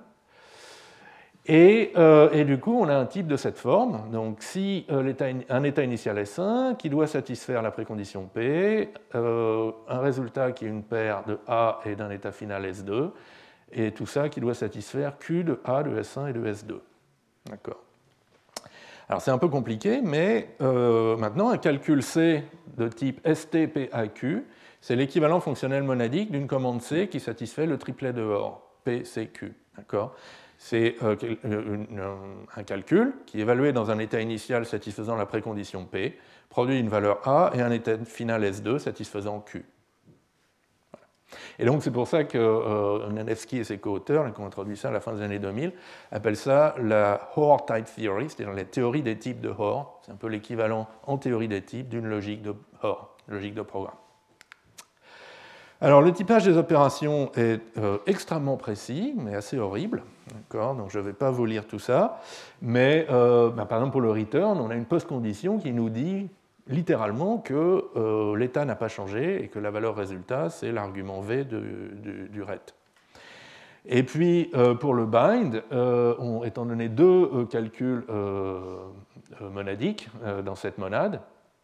Et, euh, et du coup, on a un type de cette forme. Donc, si euh, l'état, un état initial S un qui doit satisfaire la précondition P, euh, un résultat qui est une paire de A et d'un état final S deux, et tout ça qui doit satisfaire Q de A, de S un et de S deux. D'accord. Alors, c'est un peu compliqué, mais euh, maintenant, un calcul C de type S T P A Q, c'est l'équivalent fonctionnel monadique d'une commande C qui satisfait le triplet de Hoare, P C Q. D'accord. C'est euh, un calcul qui, évalué dans un état initial satisfaisant la précondition P, produit une valeur A et un état final S deux satisfaisant Q. Voilà. Et donc c'est pour ça que euh, Nanevsky et ses co-auteurs, qui ont introduit ça à la fin des années deux mille, appellent ça la Hoare Type Theory, c'est-à-dire la théorie des types de Hoare. C'est un peu l'équivalent en théorie des types d'une logique de Hoare, logique de programme. Alors, le typage des opérations est euh, extrêmement précis, mais assez horrible. Donc, je ne vais pas vous lire tout ça. Mais, euh, bah, par exemple, pour le return, on a une post-condition qui nous dit littéralement que euh, l'état n'a pas changé et que la valeur résultat, c'est l'argument V de, du, du ret. Et puis, euh, pour le bind, euh, on, étant donné deux euh, calculs euh, monadiques euh, dans cette monade,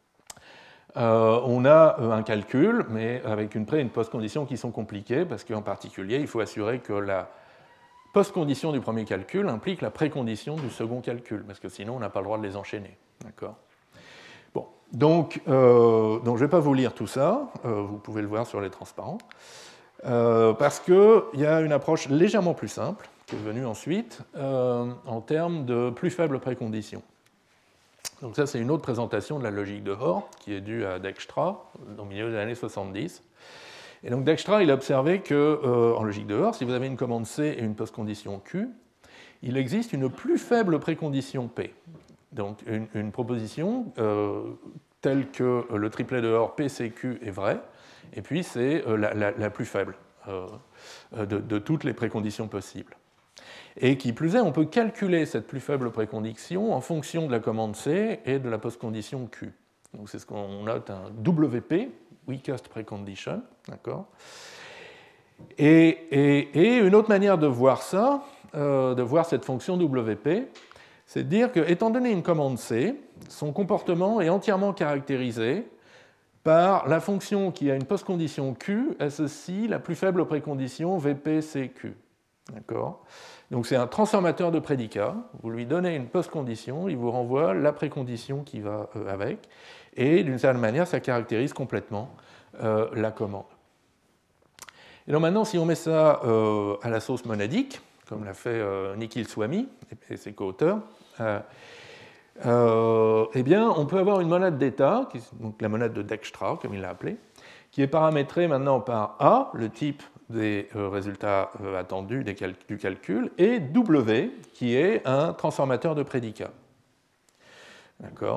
Euh, on a un calcul, mais avec une pré- et une post-condition qui sont compliquées, parce qu'en particulier, il faut assurer que la post-condition du premier calcul implique la précondition du second calcul, parce que sinon, on n'a pas le droit de les enchaîner. D'accord ? Bon, donc, euh, donc je ne vais pas vous lire tout ça, euh, vous pouvez le voir sur les transparents, euh, parce qu'il y a une approche légèrement plus simple, qui est venue ensuite, euh, en termes de plus faibles préconditions. Donc ça, c'est une autre présentation de la logique de Hoare, qui est due à Dijkstra, au milieu des années soixante-dix. Et donc Dijkstra, il a observé qu'en euh, logique de Hoare, si vous avez une commande C et une postcondition Q, il existe une plus faible précondition P. Donc une, une proposition euh, telle que le triplet de Hoare P C Q est vrai, et puis c'est euh, la, la, la plus faible euh, de, de toutes les préconditions possibles. Et qui plus est, on peut calculer cette plus faible précondition en fonction de la commande C et de la postcondition Q. Donc c'est ce qu'on note un W P, Weakest Precondition, d'accord. Et, et, et une autre manière de voir ça, euh, de voir cette fonction W P, c'est de dire que, étant donné une commande C, son comportement est entièrement caractérisé par la fonction qui a une postcondition Q associe la plus faible précondition V P C Q. D'accord ? Donc c'est un transformateur de prédicat. Vous lui donnez une post-condition, il vous renvoie la précondition qui va avec, et d'une certaine manière, ça caractérise complètement euh, la commande. Et donc maintenant, si on met ça euh, à la sauce monadique, comme l'a fait euh, Nikhil Swamy et ses co-auteurs, euh, euh, eh bien, on peut avoir une monade d'état, donc la monade de Dijkstra, comme il l'a appelée, qui est paramétrée maintenant par A, le type des résultats attendus du calcul, et W, qui est un transformateur de prédicat. D'accord ?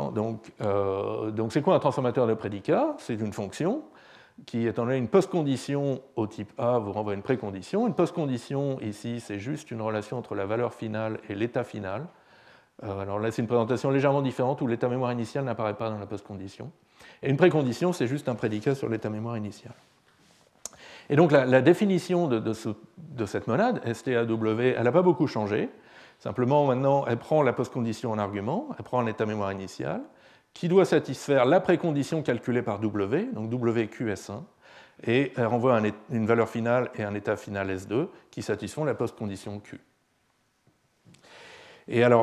Donc, euh, donc c'est quoi un transformateur de prédicat ? C'est une fonction qui, étant donné une post-condition au type A, vous renvoie une précondition. Une post-condition, ici, c'est juste une relation entre la valeur finale et l'état final. Euh, alors là, c'est une présentation légèrement différente où l'état mémoire initial n'apparaît pas dans la post-condition. Et une précondition, c'est juste un prédicat sur l'état mémoire initial. Et donc la, la définition de, de, ce, de cette monade, S T A W, elle n'a pas beaucoup changé. Simplement, maintenant, elle prend la postcondition en argument, elle prend un état mémoire initial, qui doit satisfaire la précondition calculée par W, donc W Q S un, et elle renvoie un, une valeur finale et un état final S deux qui satisfont la postcondition Q. Et alors,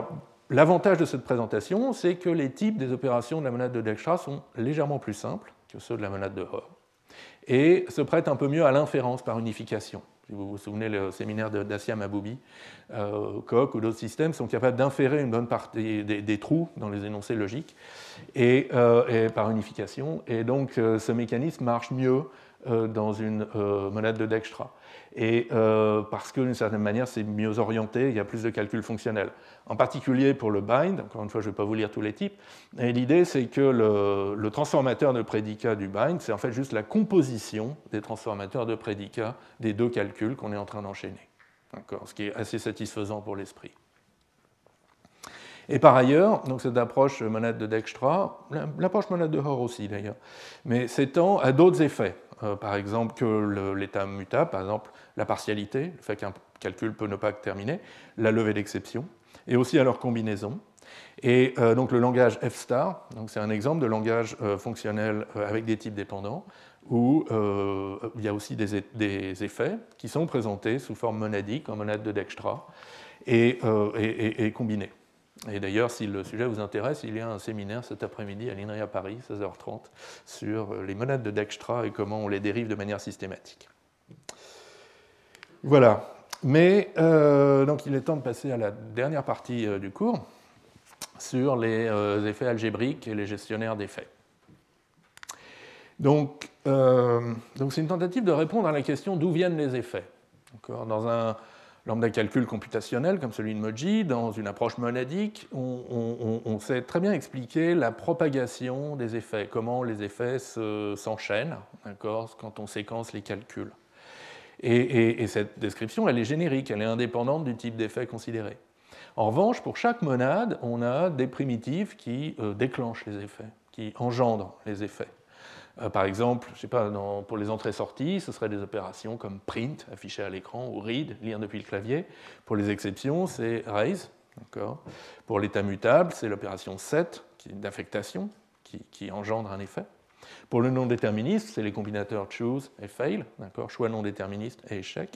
l'avantage de cette présentation, c'est que les types des opérations de la monade de Dijkstra sont légèrement plus simples que ceux de la monade de Hoare et se prêtent un peu mieux à l'inférence par unification. Si vous vous souvenez, le séminaire d'Assia Mahboubi, euh, Coq ou d'autres systèmes sont capables d'inférer une bonne partie des, des trous dans les énoncés logiques et, euh, et par unification. Et donc, euh, ce mécanisme marche mieux euh, dans une euh, monade de Dijkstra. Et euh, parce que d'une certaine manière, c'est mieux orienté, il y a plus de calculs fonctionnels. En particulier pour le bind, encore une fois, je ne vais pas vous lire tous les types, et l'idée c'est que le, le transformateur de prédicat du bind, c'est en fait juste la composition des transformateurs de prédicat des deux calculs qu'on est en train d'enchaîner. Ce qui est assez satisfaisant pour l'esprit. Et par ailleurs, donc cette approche monade de Dijkstra, l'approche monade de Hoare aussi d'ailleurs, mais s'étend à d'autres effets. Euh, par exemple que l'état mutable, par exemple la partialité, le fait qu'un calcul peut ne pas être terminé, la levée d'exception, et aussi à leur combinaison. Et euh, donc le langage F star, c'est un exemple de langage euh, fonctionnel euh, avec des types dépendants, où euh, il y a aussi des, des effets qui sont présentés sous forme monadique, en monade de Dijkstra, et, euh, et, et, et combinés. Et d'ailleurs, si le sujet vous intéresse, il y a un séminaire cet après-midi à l'I N R I à Paris, seize heures trente, sur les monades de Dijkstra et comment on les dérive de manière systématique. Voilà. Mais euh, donc il est temps de passer à la dernière partie euh, du cours, sur les euh, effets algébriques et les gestionnaires d'effets. Donc, euh, donc c'est une tentative de répondre à la question d'où viennent les effets. Dans un lambda calcul computationnel comme celui de Moji, dans une approche monadique, on, on, on sait très bien expliquer la propagation des effets, comment les effets s'enchaînent quand on séquence les calculs. Et, et, et cette description, elle est générique, elle est indépendante du type d'effet considéré. En revanche, pour chaque monade, on a des primitives qui euh, déclenchent les effets, qui engendrent les effets. Euh, par exemple, je sais pas, dans, pour les entrées-sorties, ce seraient des opérations comme print, affiché à l'écran, ou read, lire depuis le clavier. Pour les exceptions, c'est raise. Pour l'état mutable, c'est l'opération set, d'affectation, qui, qui engendre un effet. Pour le non déterministe, c'est les combinateurs choose et fail, choix non déterministe et échec.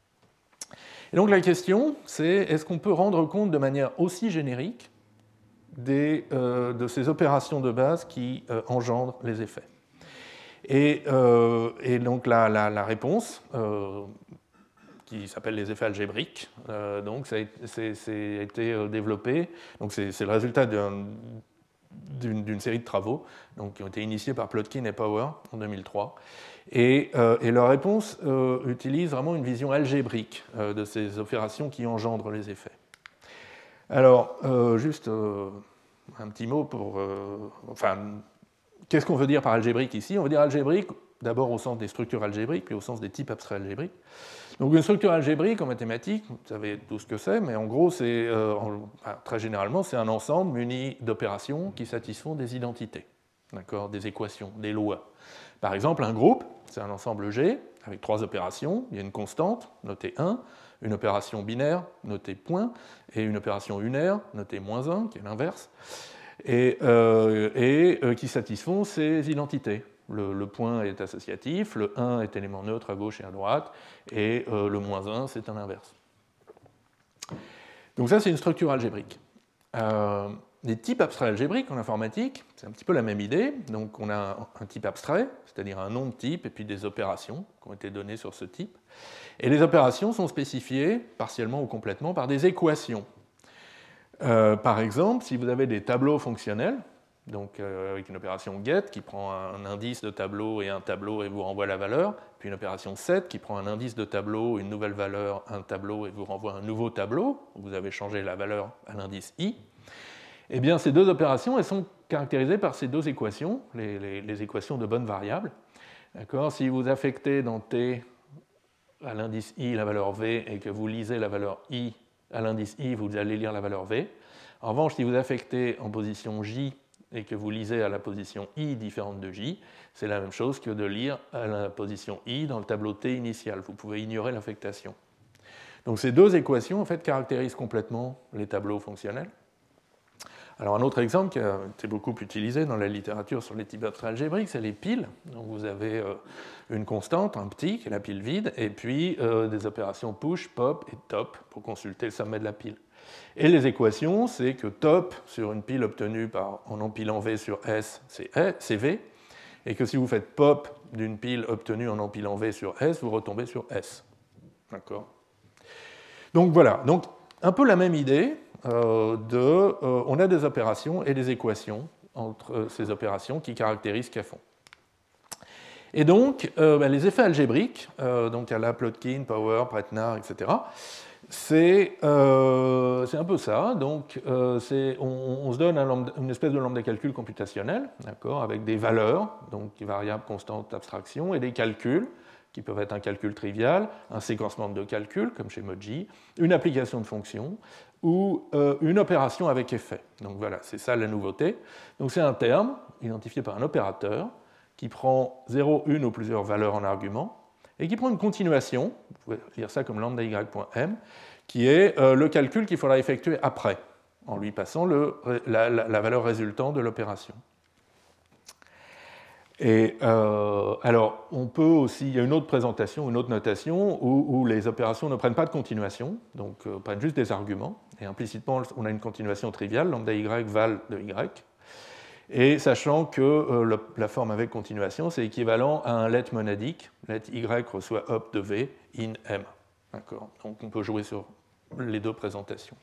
Et donc la question, c'est est-ce qu'on peut rendre compte de manière aussi générique des, euh, de ces opérations de base qui euh, engendrent les effets? Et, euh, et donc la, la, la réponse, euh, qui s'appelle les effets algébriques, euh, donc ça a, c'est, c'est a été développé, donc c'est, c'est le résultat d'un, d'une, d'une série de travaux donc, qui ont été initiés par Plotkin et Power en deux mille trois. Et, euh, et leur réponse euh, utilise vraiment une vision algébrique euh, de ces opérations qui engendrent les effets. Alors, euh, juste euh, un petit mot pour... Euh, enfin, qu'est-ce qu'on veut dire par algébrique ici? On veut dire algébrique d'abord au sens des structures algébriques, puis au sens des types abstraits algébriques. Donc une structure algébrique en mathématiques, vous savez tout ce que c'est, mais en gros, c'est, euh, en, enfin, très généralement, c'est un ensemble muni d'opérations qui satisfont des identités, d'accord, des équations, des lois. Par exemple, un groupe, c'est un ensemble G avec trois opérations. Il y a une constante, notée un, une opération binaire, notée point, et une opération unaire, notée moins un, qui est l'inverse, et, euh, et euh, qui satisfont ces identités. Le, le point est associatif, le un est élément neutre à gauche et à droite, et euh, le moins un, c'est un inverse. Donc ça, c'est une structure algébrique. Euh, les types abstraits algébriques en informatique, c'est un petit peu la même idée. Donc on a un type abstrait, c'est-à-dire un nom de type, et puis des opérations qui ont été données sur ce type. Et les opérations sont spécifiées, partiellement ou complètement, par des équations. Euh, par exemple, si vous avez des tableaux fonctionnels, donc euh, avec une opération get qui prend un indice de tableau et un tableau et vous renvoie la valeur, puis une opération set qui prend un indice de tableau, une nouvelle valeur, un tableau et vous renvoie un nouveau tableau, vous avez changé la valeur à l'indice i, eh bien ces deux opérations elles sont caractérisées par ces deux équations, les, les, les équations de bonnes variables. D'accord ? Si vous affectez dans t à l'indice i la valeur v et que vous lisez la valeur i à l'indice i, vous allez lire la valeur v. En revanche, si vous affectez en position j et que vous lisez à la position i différente de j, c'est la même chose que de lire à la position i dans le tableau t initial. Vous pouvez ignorer l'affectation. Donc ces deux équations en fait, caractérisent complètement les tableaux fonctionnels. Alors un autre exemple qui a été beaucoup utilisé dans la littérature sur les types abstraits algébriques, c'est les piles. Donc vous avez euh, une constante, un petit, qui est la pile vide, et puis euh, des opérations push, pop et top pour consulter le sommet de la pile. Et les équations, c'est que top sur une pile obtenue par, en empilant V sur S, c'est V, et que si vous faites pop d'une pile obtenue en empilant V sur S, vous retombez sur S. D'accord ? Donc voilà, donc, un peu la même idée euh, de... Euh, on a des opérations et des équations entre euh, ces opérations qui caractérisent ce qu'elles font. Et donc, euh, ben, les effets algébriques, euh, donc à la Plotkin, Power, Pretnar, et cetera, c'est euh, un peu ça. Donc, euh, on, on se donne un lambda, une espèce de lambda calcul computationnel, avec des valeurs, donc variables, constantes, abstractions, et des calculs, qui peuvent être un calcul trivial, un séquencement de calculs, comme chez Moji, une application de fonction, ou euh, une opération avec effet. Donc voilà, c'est ça la nouveauté. Donc c'est un terme identifié par un opérateur qui prend zéro, une ou plusieurs valeurs en argument, et qui prend une continuation, vous pouvez lire ça comme lambda y.m, qui est euh, le calcul qu'il faudra effectuer après, en lui passant le, la, la, la valeur résultante de l'opération. Et euh, alors, on peut aussi, il y a une autre présentation, une autre notation, où, où les opérations ne prennent pas de continuation, donc euh, prennent juste des arguments, et implicitement, on a une continuation triviale, lambda y val de y, et sachant que euh, le, la forme avec continuation, c'est équivalent à un let monadique, let y reçoit op de v in m. D'accord. Donc on peut jouer sur les deux présentations.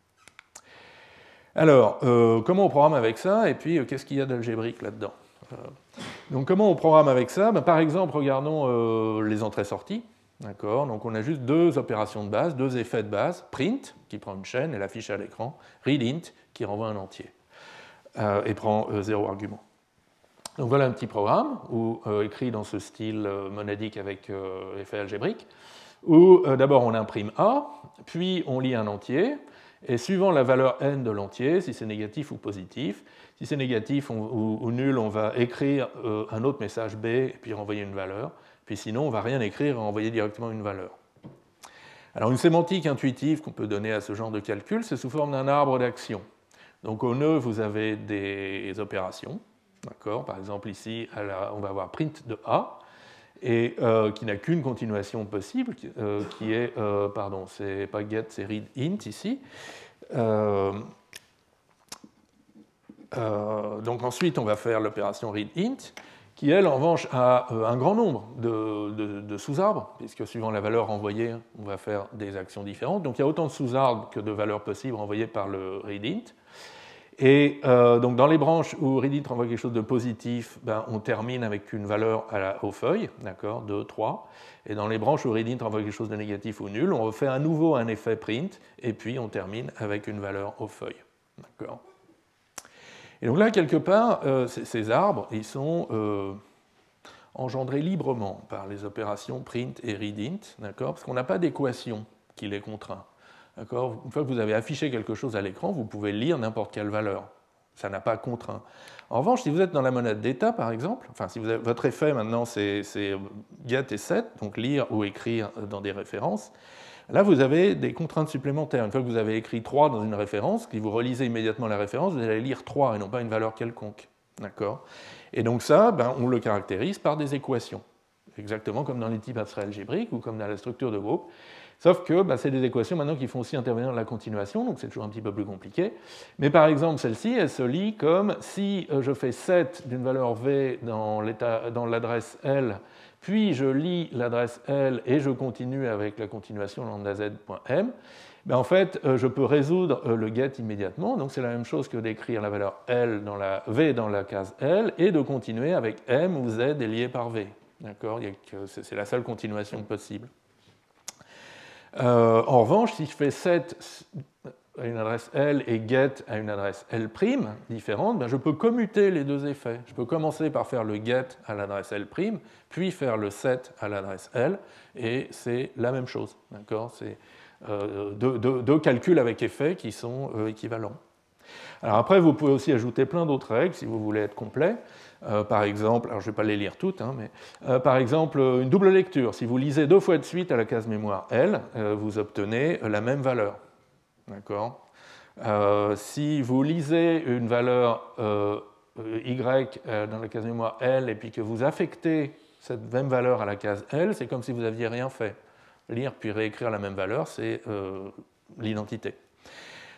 Alors, euh, comment on programme avec ça, et puis euh, qu'est-ce qu'il y a d'algébrique là-dedans? euh, Donc comment on programme avec ça? Ben, par exemple, regardons euh, les entrées-sorties. D'accord. Donc on a juste deux opérations de base, deux effets de base, print, qui prend une chaîne et l'affiche à l'écran, readInt, qui renvoie un entier. Euh, et prend euh, zéro argument. Donc voilà un petit programme où, euh, écrit dans ce style euh, monadique avec euh, effet algébrique, où euh, d'abord on imprime A, puis on lit un entier, et suivant la valeur n de l'entier, si c'est négatif ou positif, si c'est négatif on, ou, ou nul, on va écrire euh, un autre message B et puis renvoyer une valeur, puis sinon on ne va rien écrire et renvoyer directement une valeur. Alors une sémantique intuitive qu'on peut donner à ce genre de calcul, c'est sous forme d'un arbre d'actions. Donc au nœud, vous avez des opérations, d'accord. Par exemple ici, on va avoir print de A, et euh, qui n'a qu'une continuation possible, euh, qui est, euh, pardon, c'est pas get, c'est read int ici. Euh, euh, donc ensuite, on va faire l'opération read int, qui elle, en revanche, a un grand nombre de, de, de sous-arbres, puisque suivant la valeur renvoyée, on va faire des actions différentes. Donc il y a autant de sous-arbres que de valeurs possibles renvoyées par le read int. Et euh, donc dans les branches où readInt renvoie quelque chose de positif, ben, on termine avec une valeur à la, aux feuilles, d'accord, deux, trois. Et dans les branches où readInt renvoie quelque chose de négatif ou nul, on refait à nouveau un effet print, et puis on termine avec une valeur aux feuilles. D'accord. Et donc là, quelque part, euh, ces arbres, ils sont euh, engendrés librement par les opérations print et readInt, d'accord, parce qu'on n'a pas d'équation qui les contraint. Une fois que vous avez affiché quelque chose à l'écran, vous pouvez lire n'importe quelle valeur. Ça n'a pas contraint. En revanche, si vous êtes dans la monade d'état, par exemple, enfin, si vous avez, votre effet maintenant c'est get et set, donc lire ou écrire dans des références, là vous avez des contraintes supplémentaires. Une fois que vous avez écrit trois dans une référence, si vous relisez immédiatement la référence, vous allez lire trois et non pas une valeur quelconque. D'accord. Et donc ça, ben, on le caractérise par des équations, exactement comme dans les types abstraits algébriques ou comme dans la structure de groupe. Sauf que bah, c'est des équations maintenant qui font aussi intervenir la continuation, donc c'est toujours un petit peu plus compliqué. Mais par exemple, celle-ci, elle se lit comme si je fais set d'une valeur V dans l'adresse L, puis je lis l'adresse L et je continue avec la continuation lambda z.m, ben en fait, je peux résoudre le get immédiatement. Donc c'est la même chose que d'écrire la valeur L dans la V dans la case L et de continuer avec M où Z est lié par V. D'accord. C'est la seule continuation possible. Euh, en revanche, si je fais set à une adresse L et get à une adresse L' différente, ben je peux commuter les deux effets. Je peux commencer par faire le get à l'adresse L', puis faire le set à l'adresse L, et c'est la même chose. C'est euh, deux, deux, deux calculs avec effet qui sont euh, équivalents. Alors après, vous pouvez aussi ajouter plein d'autres règles si vous voulez être complet. Euh, par exemple, alors je ne vais pas les lire toutes, hein, mais euh, par exemple, une double lecture. Si vous lisez deux fois de suite à la case mémoire L, euh, vous obtenez la même valeur. D'accord. Euh, si vous lisez une valeur euh, Y euh, dans la case mémoire L et puis que vous affectez cette même valeur à la case L, c'est comme si vous n'aviez rien fait. Lire puis réécrire la même valeur, c'est euh, l'identité.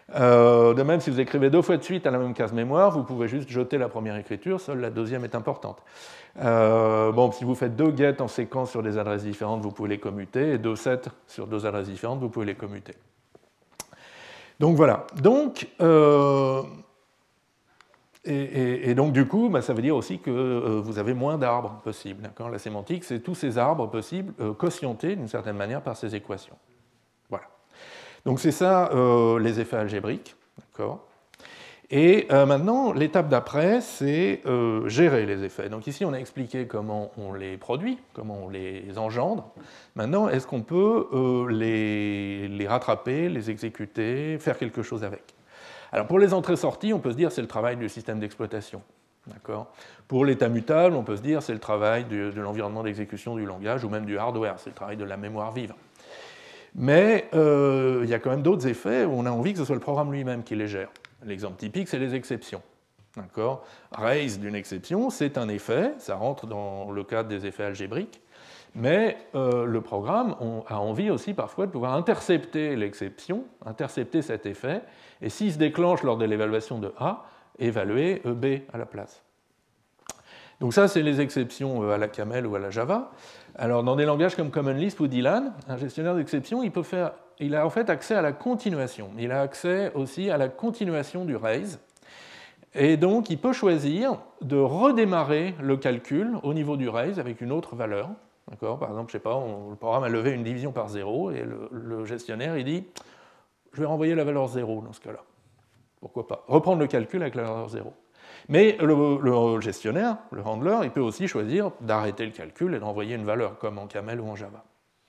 Euh, de même, si vous écrivez deux fois de suite à la même case mémoire, vous pouvez juste jeter la première écriture, seule la deuxième est importante. Euh, bon, si vous faites deux get en séquence sur des adresses différentes, vous pouvez les commuter, et deux set sur deux adresses différentes, vous pouvez les commuter. Donc voilà. Donc, euh, et, et, et donc du coup, bah, ça veut dire aussi que euh, vous avez moins d'arbres possibles. La sémantique, c'est tous ces arbres possibles euh, quotientés d'une certaine manière par ces équations. Voilà. Donc c'est ça euh, les effets algébriques. D'accord. Et euh, maintenant, l'étape d'après, c'est euh, gérer les effets. Donc ici, on a expliqué comment on les produit, comment on les engendre. Maintenant, est-ce qu'on peut euh, les, les rattraper, les exécuter, faire quelque chose avec? Alors pour les entrées-sorties, on peut se dire que c'est le travail du système d'exploitation. D'accord. Pour l'état mutable, on peut se dire que c'est le travail de, de l'environnement d'exécution du langage ou même du hardware, c'est le travail de la mémoire vive. Mais euh, il y a quand même d'autres effets où on a envie que ce soit le programme lui-même qui les gère. L'exemple typique, c'est les exceptions. D'accord. Raise d'une exception, c'est un effet, ça rentre dans le cadre des effets algébriques, mais euh, le programme on a envie aussi parfois de pouvoir intercepter l'exception, intercepter cet effet, et s'il se déclenche lors de l'évaluation de A, évaluer B à la place. Donc ça, c'est les exceptions à la Camel ou à la Java. Alors dans des langages comme Common Lisp ou Dylan, un gestionnaire d'exceptions, il peut faire, il a en fait accès à la continuation. Il a accès aussi à la continuation du raise. Et donc il peut choisir de redémarrer le calcul au niveau du raise avec une autre valeur. Par exemple, je sais pas, on, le programme a levé une division par zéro et le, le gestionnaire il dit je vais renvoyer la valeur zéro dans ce cas-là. Pourquoi pas? Reprendre le calcul avec la valeur zéro. Mais le, le gestionnaire, le handler, il peut aussi choisir d'arrêter le calcul et d'envoyer une valeur, comme en Camel ou en Java.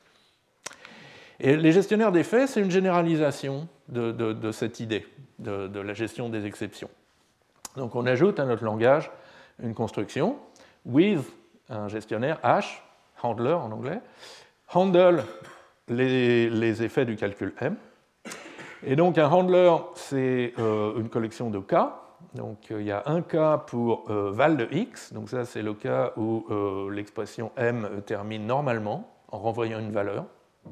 Et les gestionnaires d'effets, c'est une généralisation de, de, de cette idée de, de la gestion des exceptions. Donc on ajoute à notre langage une construction, with un gestionnaire H, handler en anglais, handle les, les effets du calcul M. Et donc un handler, c'est euh, une collection de cas. Donc euh, il y a un cas pour euh, val de x, donc ça c'est le cas où euh, l'expression M termine normalement en renvoyant une valeur.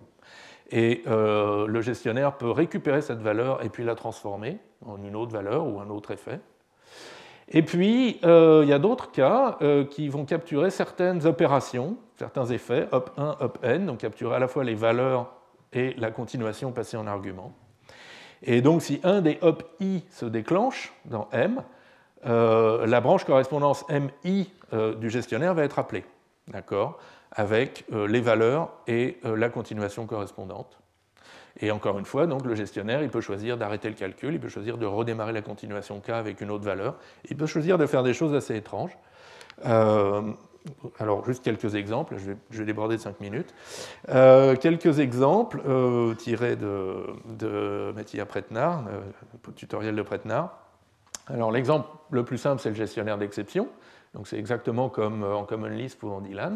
Et euh, le gestionnaire peut récupérer cette valeur et puis la transformer en une autre valeur ou un autre effet. Et puis, euh, il y a d'autres cas euh, qui vont capturer certaines opérations, certains effets, hop un, hop n, donc capturer à la fois les valeurs et la continuation passée en argument. Et donc, si un des hop i se déclenche dans M, euh, la branche correspondance mi euh, du gestionnaire va être appelée, d'accord, avec euh, les valeurs et euh, la continuation correspondante. Et encore une fois, donc, le gestionnaire il peut choisir d'arrêter le calcul, il peut choisir de redémarrer la continuation K avec une autre valeur, il peut choisir de faire des choses assez étranges. Euh, alors, juste quelques exemples, je vais, je vais déborder de cinq minutes. Euh, quelques exemples euh, tirés de, de Mattia Pretnard, euh, le tutoriel de Pretnard. Alors, l'exemple le plus simple, c'est le gestionnaire d'exception. Donc, c'est exactement comme en Common Lisp ou en Dylan.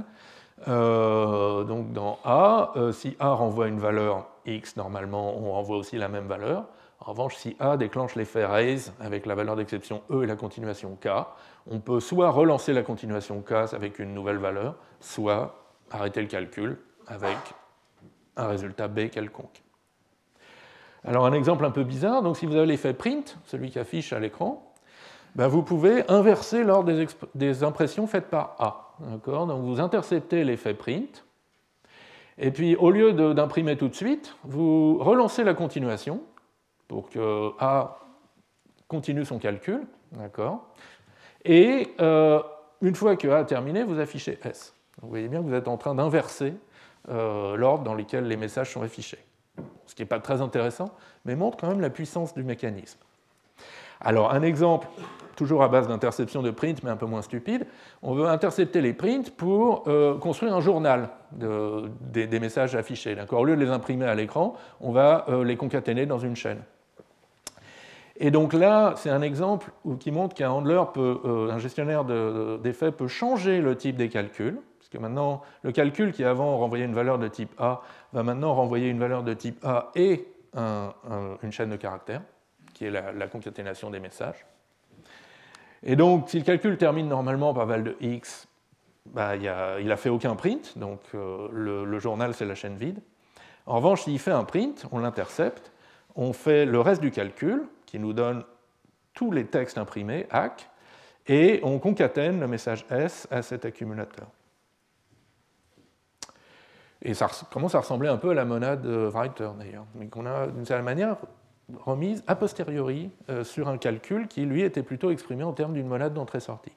Euh, donc dans A, euh, si A renvoie une valeur X, normalement, on renvoie aussi la même valeur. En revanche, si A déclenche l'effet raise avec la valeur d'exception E et la continuation K, on peut soit relancer la continuation K avec une nouvelle valeur, soit arrêter le calcul avec un résultat B quelconque. Alors un exemple un peu bizarre, donc si vous avez l'effet print, celui qui affiche à l'écran, ben vous pouvez inverser l'ordre des, des impressions faites par A. Donc vous interceptez l'effet print, et puis au lieu d'imprimer tout de suite, vous relancez la continuation pour que A continue son calcul, d'accord, et euh, une fois que A a terminé, vous affichez S. Donc vous voyez bien que vous êtes en train d'inverser euh, l'ordre dans lequel les messages sont affichés. Ce qui n'est pas très intéressant, mais montre quand même la puissance du mécanisme. Alors un exemple, toujours à base d'interception de print, mais un peu moins stupide, on veut intercepter les prints pour euh, construire un journal de, des, des messages affichés. Au lieu de les imprimer à l'écran, on va euh, les concaténer dans une chaîne. Et donc là, c'est un exemple qui montre qu'un handler, peut, euh, un gestionnaire d'effets peut changer le type des calculs, parce que maintenant, le calcul qui avant renvoyait une valeur de type A va maintenant renvoyer une valeur de type A et un, un, une chaîne de caractères, qui est la, la concaténation des messages. Et donc, si le calcul termine normalement par val de x, bah, il n'a fait aucun print, donc euh, le, le journal, c'est la chaîne vide. En revanche, s'il fait un print, on l'intercepte, on fait le reste du calcul, qui nous donne tous les textes imprimés, A C, et on concatène le message S à cet accumulateur. Et ça commence à ressembler un peu à la monade writer, d'ailleurs, mais qu'on a d'une certaine manière remise a posteriori euh, sur un calcul qui, lui, était plutôt exprimé en termes d'une monade d'entrée-sortie.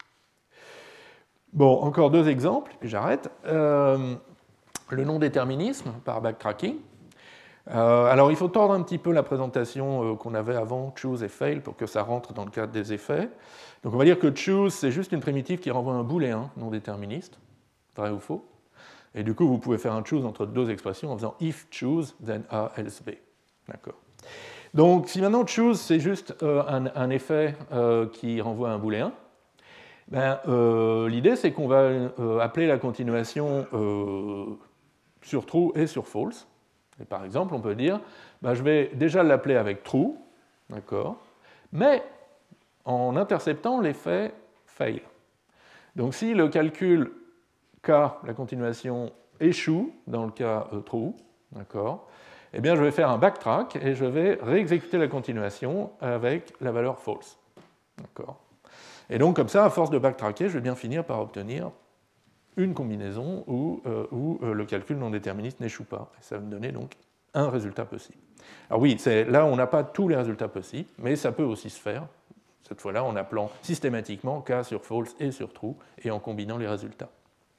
Bon, encore deux exemples, puis j'arrête. Euh, le non-déterminisme par backtracking. Euh, alors, il faut tordre un petit peu la présentation euh, qu'on avait avant, choose et fail, pour que ça rentre dans le cadre des effets. Donc, on va dire que choose, c'est juste une primitive qui renvoie un booléen non déterministe, vrai ou faux. Et du coup, vous pouvez faire un choose entre deux expressions en faisant if choose, then A, else B. D'accord. Donc, si maintenant choose, c'est juste euh, un, un effet euh, qui renvoie un booléen, ben, euh, l'idée, c'est qu'on va euh, appeler la continuation euh, sur true et sur false. Et par exemple, on peut dire, ben, je vais déjà l'appeler avec true, d'accord, mais en interceptant l'effet fail. Donc si le calcul K, la continuation, échoue dans le cas euh, true, d'accord, eh bien je vais faire un backtrack et je vais réexécuter la continuation avec la valeur false. D'accord. Et donc comme ça, à force de backtracker, je vais bien finir par obtenir une combinaison où, euh, où euh, le calcul non déterministe n'échoue pas. Et ça va me donner donc un résultat possible. Alors oui, là on n'a pas tous les résultats possibles, mais ça peut aussi se faire, cette fois-là en appelant systématiquement K sur false et sur true, et en combinant les résultats.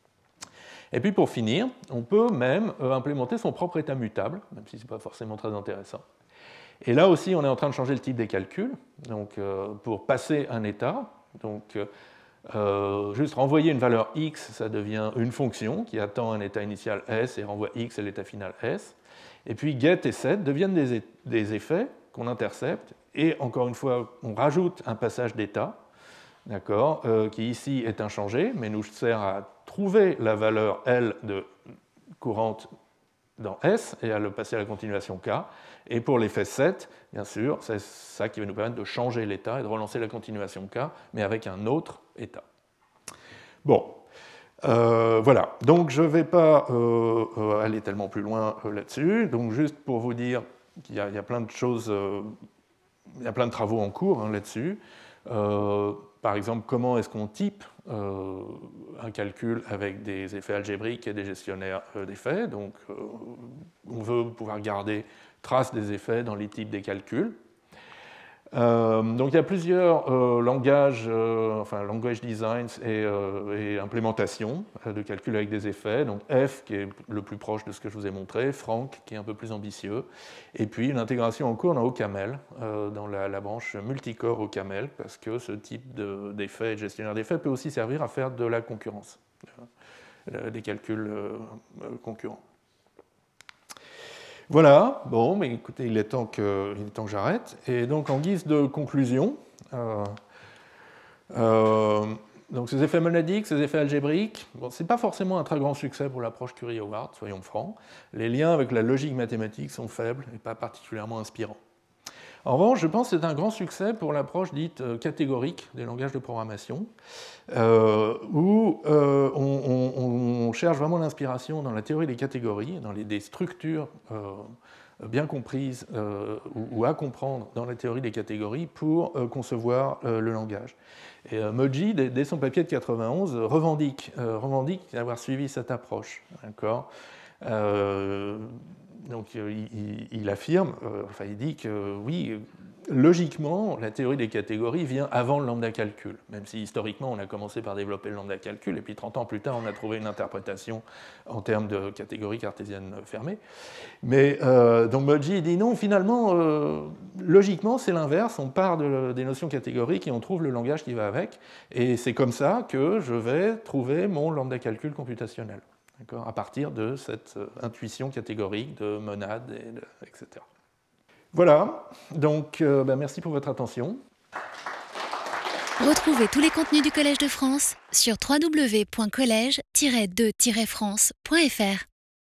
Et puis pour finir, on peut même euh, implémenter son propre état mutable, même si ce n'est pas forcément très intéressant. Et là aussi, on est en train de changer le type des calculs. Donc euh, pour passer un état, donc euh, juste renvoyer une valeur x, ça devient une fonction qui attend un état initial s et renvoie x à l'état final s. Et puis get et set deviennent des, des effets qu'on intercepte. Et encore une fois, on rajoute un passage d'état, d'accord, euh, qui ici est inchangé, mais nous sert à trouver la valeur L de courante dans S et à le passer à la continuation K. Et pour l'effet set, bien sûr, c'est ça qui va nous permettre de changer l'état et de relancer la continuation K, mais avec un autre état. Bon, euh, voilà. Donc je ne vais pas euh, euh, aller tellement plus loin euh, là-dessus. Donc juste pour vous dire qu'il y, y a plein de choses, euh, il y a plein de travaux en cours hein, là-dessus. Euh, par exemple, comment est-ce qu'on type euh, un calcul avec des effets algébriques et des gestionnaires euh, d'effets. Donc, euh, on veut pouvoir garder trace des effets dans les types des calculs. Euh, donc, il y a plusieurs euh, langages, euh, enfin, language designs et, euh, et implémentations de calcul avec des effets. Donc, F, qui est le plus proche de ce que je vous ai montré, Frank, qui est un peu plus ambitieux, et puis une intégration en cours dans OCaml, euh, dans la, la branche multicore OCaml, parce que ce type de, d'effet et de gestionnaire d'effets peut aussi servir à faire de la concurrence, euh, des calculs euh, concurrents. Voilà, bon, mais écoutez, il est temps que, il est temps que j'arrête. Et donc, en guise de conclusion, euh, euh, donc ces effets monadiques, ces effets algébriques, bon, ce n'est pas forcément un très grand succès pour l'approche Curie-Howard, soyons francs. Les liens avec la logique mathématique sont faibles et pas particulièrement inspirants. En revanche, je pense que c'est un grand succès pour l'approche dite catégorique des langages de programmation, euh, où euh, on, on, on cherche vraiment l'inspiration dans la théorie des catégories, dans les, des structures euh, bien comprises euh, ou, ou à comprendre dans la théorie des catégories pour euh, concevoir euh, le langage. Et euh, Moji, dès, dès son papier de quatre-vingt-onze, revendique, euh, revendique avoir suivi cette approche. D'accord euh, Donc il, il affirme, euh, enfin il dit que oui, logiquement, la théorie des catégories vient avant le lambda calcul, même si historiquement on a commencé par développer le lambda calcul, et puis trente ans plus tard on a trouvé une interprétation en termes de catégories cartésiennes fermées. Mais euh, donc Moji dit non, finalement, euh, logiquement c'est l'inverse, on part de, des notions catégoriques et on trouve le langage qui va avec, et c'est comme ça que je vais trouver mon lambda calcul computationnel. À partir de cette intuition catégorique de monade, et de, et cetera. Voilà, donc euh, ben merci pour votre attention. Retrouvez tous les contenus du Collège de France sur w w w point collège tiret de tiret france point f r.